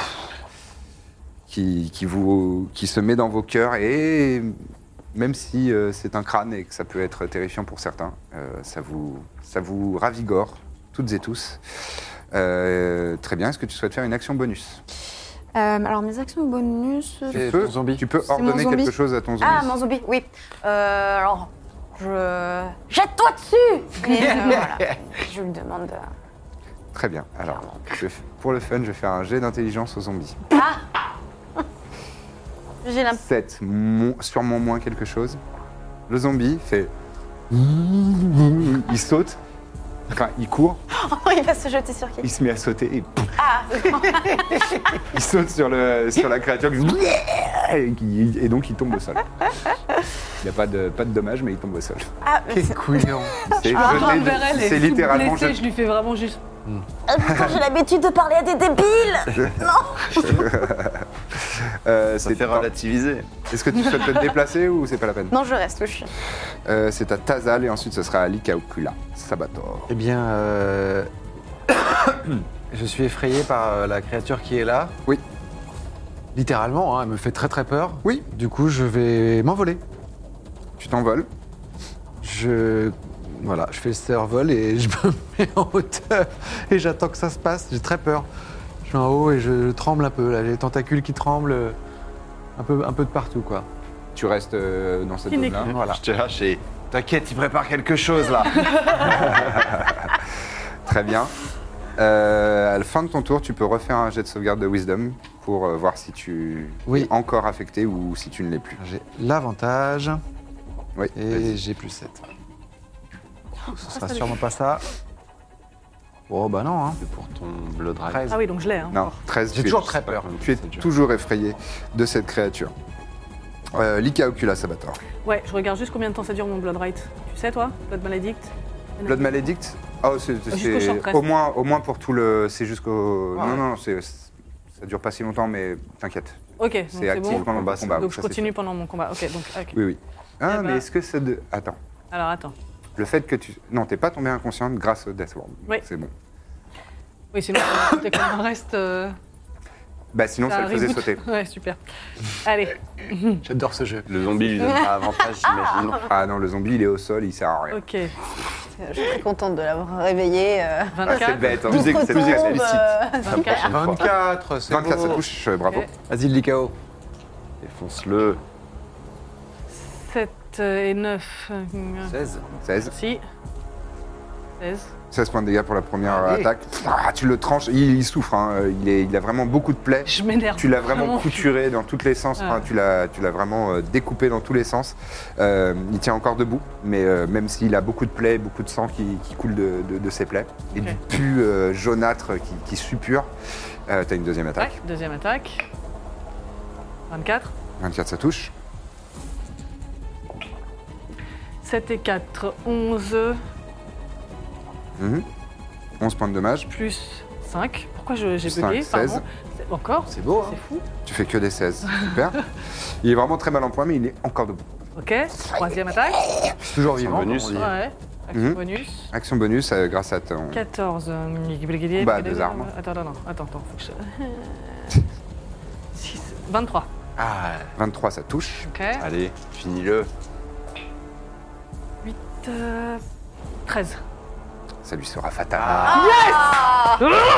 qui se met dans vos cœurs. Et même si c'est un crâne et que ça peut être terrifiant pour certains, ça vous ravigore, toutes et tous. Très bien, est-ce que tu souhaites faire une action bonus? Alors, mes actions bonus. Et ton zombie. Tu peux C'est mon ordonner zombie. quelque chose à ton zombie. Ah, mon zombie, oui. Alors, jette-toi dessus. Mais voilà, je lui demande. Très bien. Alors, pour le fun, je vais faire un jet d'intelligence au zombie. J'ai l'impression. 7, sûrement moins quelque chose. Le zombie fait... Il saute, enfin il court, Il va se jeter sur qui? il se met à sauter et pouf, Ah, il saute sur la créature et donc il tombe au sol. Il n'y a pas de dommages, mais il tombe au sol. Quel couillon. C'est Je vers elle et c'est toute littéralement blessée, je lui fais vraiment juste. putain, j'ai l'habitude de parler à des débiles. Ça fait relativiser. Est-ce que tu souhaites te déplacer ou c'est pas la peine? Non, je reste où je suis. C'est à Tazal et ensuite ce sera à Likaokula. Sabator. Eh bien, je suis effrayé par la créature qui est là. Oui. Littéralement, hein, elle me fait très très peur. Oui. Du coup, je vais m'envoler. Tu t'envoles. Voilà, je fais le survol et je me mets en hauteur et j'attends que ça se passe. J'ai très peur. Je suis en haut et je tremble un peu. Là, j'ai les tentacules qui tremblent un peu de partout, quoi. Tu restes dans cette Qui zone-là. Voilà. Je te lâche et t'inquiète, il prépare quelque chose là. Très bien. À la fin de ton tour, tu peux refaire un jet de sauvegarde de Wisdom pour voir si tu Oui. es encore affecté ou si tu ne l'es plus. J'ai l'avantage Oui, et vas-y. j'ai plus 7. Ce sera sûrement pas ça. Oh bah non, hein. C'est pour ton Blood Ride. 13. Ah oui, donc je l'ai. Hein. Non, 13. J'ai tu es- toujours très peur. Tu es C'est dur. toujours effrayé de cette créature. Lika Ocula Sabator. Ouais, je regarde juste combien de temps ça dure mon Blood Rite. Tu sais, toi? Blood Maledict? Blood Maledict. Oh, Jusqu'au short rest. au moins pour tout le. C'est jusqu'au. Ah ouais. Non, ça dure pas si longtemps, mais t'inquiète. Ok, donc C'est c'est actif bon. pendant le combat. Donc ça, je c'est continue fait. pendant mon combat. Ok, donc. ok. Oui, oui. Ah, Eh mais ben- est-ce que c'est de. Attends. Alors attends. Le fait que tu. Non, t'es pas tombée inconsciente grâce au Death World. Oui. C'est bon. Oui, sinon, ça va coûter comme un reste. Bah sinon, ça le faisait reboot. sauter. Ouais, super. Allez. J'adore ce jeu. Le zombie lui donne pas avantage, j'imagine. Ah non, le zombie, il est au sol, il sert à rien. Ok. Je suis très contente de l'avoir réveillé. Ah, c'est 24. bête, hein. Plus explicite. 24. 24, c'est 24, ça bon. touche, bravo. Ok. Vas-y, le Likao. Défonce-le. 7 et 9. 16. 16. Si. 16. 16 points de dégâts pour la première Allez. attaque. Ah, tu le tranches, il souffre, hein. Il a vraiment beaucoup de plaies. Je m'énerve. Tu l'as vraiment couturé dans tous les sens, enfin, tu l'as vraiment découpé dans tous les sens. Il tient encore debout, mais même s'il a beaucoup de plaies, beaucoup de sang qui coule de ses plaies, et Ok. du pu jaunâtre qui suppure, t'as une deuxième attaque. Attaque. Deuxième attaque. 24. 24, ça touche. 7 et 4. 11 Mhm. 11 points de dommage. plus 5. Pourquoi j'ai Plus bugué 5, pardon 16. Encore C'est beau, hein. C'est fou. Tu fais que des 16. Super. Il est vraiment très mal en point, mais il est encore debout. Ok. Troisième attaque. Toujours Sans vivant. bonus. comme on dit. Ouais. Action Mhm. bonus. Action bonus grâce à ton. 14. Combat à deux armes. Attends, faut que je... 6. 23. Ah, 23, ça touche. Ok. Allez, finis-le. 8. 13. Ça lui sera fatal. Ah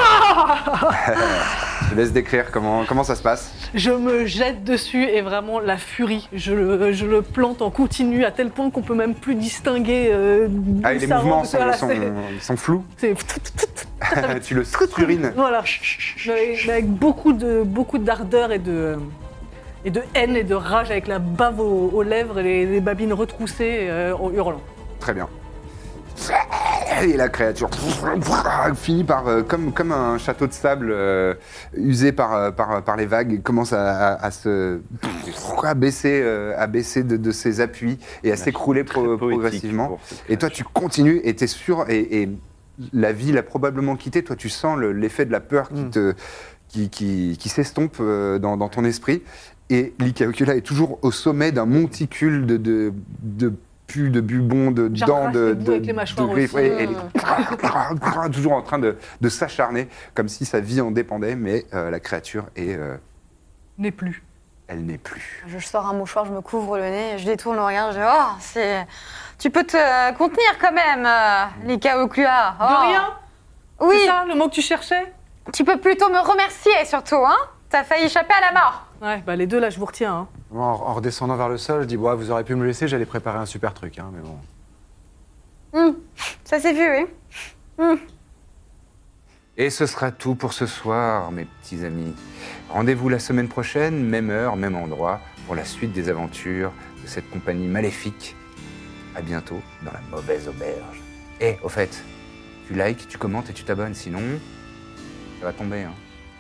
Je te laisse décrire comment ça se passe. Je me jette dessus et vraiment la furie. Je le plante en continu à tel point qu'on peut même plus distinguer. Ah, et d'où les ça mouvements rentre. Voilà, ils sont flous. c'est- Tu le surines. Voilà. Mais avec beaucoup d'ardeur et de haine et de rage, avec la bave aux lèvres et les babines retroussées en hurlant. Très bien. Et la créature finit par, comme un château de sable usé par les vagues, commence à baisser de ses appuis et à s'écrouler progressivement. Et toi, tu continues et tu es sûr, et la vie l'a probablement quitté. Toi, tu sens l'effet de la peur qui s'estompe dans ton esprit. Et Lycaocula est toujours au sommet d'un monticule de pu, de bubons, de dents, J'arrache de les bouts avec les mâchoires griffes. aussi. Et elle est toujours en train de s'acharner, comme si sa vie en dépendait, mais la créature N'est plus. elle n'est plus. Je sors un mouchoir, je me couvre le nez, je détourne le regard, je dis oh, c'est. Tu peux te contenir quand même, Lycaocula. De rien. Oui, C'est ça le mot que tu cherchais? tu peux plutôt me remercier surtout, hein. T'as failli échapper à la mort. Ouais, bah les deux là, je vous retiens. Hein. En redescendant vers le sol, je dis bon, vous auriez pu me le laisser, j'allais préparer un super truc, hein, mais bon. Ça s'est vu, oui. Et ce sera tout pour ce soir, mes petits amis. Rendez-vous la semaine prochaine, même heure, même endroit, pour la suite des aventures de cette compagnie maléfique. À bientôt dans la mauvaise auberge. Et, au fait, tu likes, tu commentes et tu t'abonnes, sinon, ça va tomber, hein.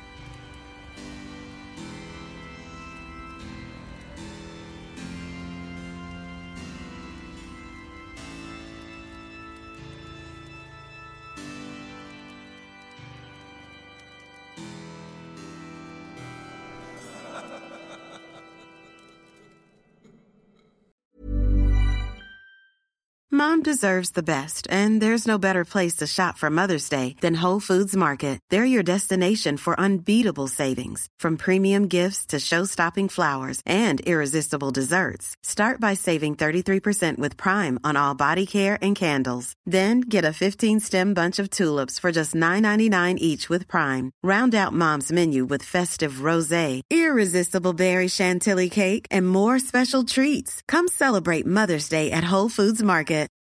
Mom deserves the best, and there's no better place to shop for Mother's Day than Whole Foods Market. They're your destination for unbeatable savings, from premium gifts to show-stopping flowers and irresistible desserts. Start by saving 33% with Prime on all body care and candles. Then get a 15-stem bunch of tulips for just $9.99 each with Prime. Round out Mom's menu with festive rosé, irresistible berry chantilly cake, and more special treats. Come celebrate Mother's Day at Whole Foods Market.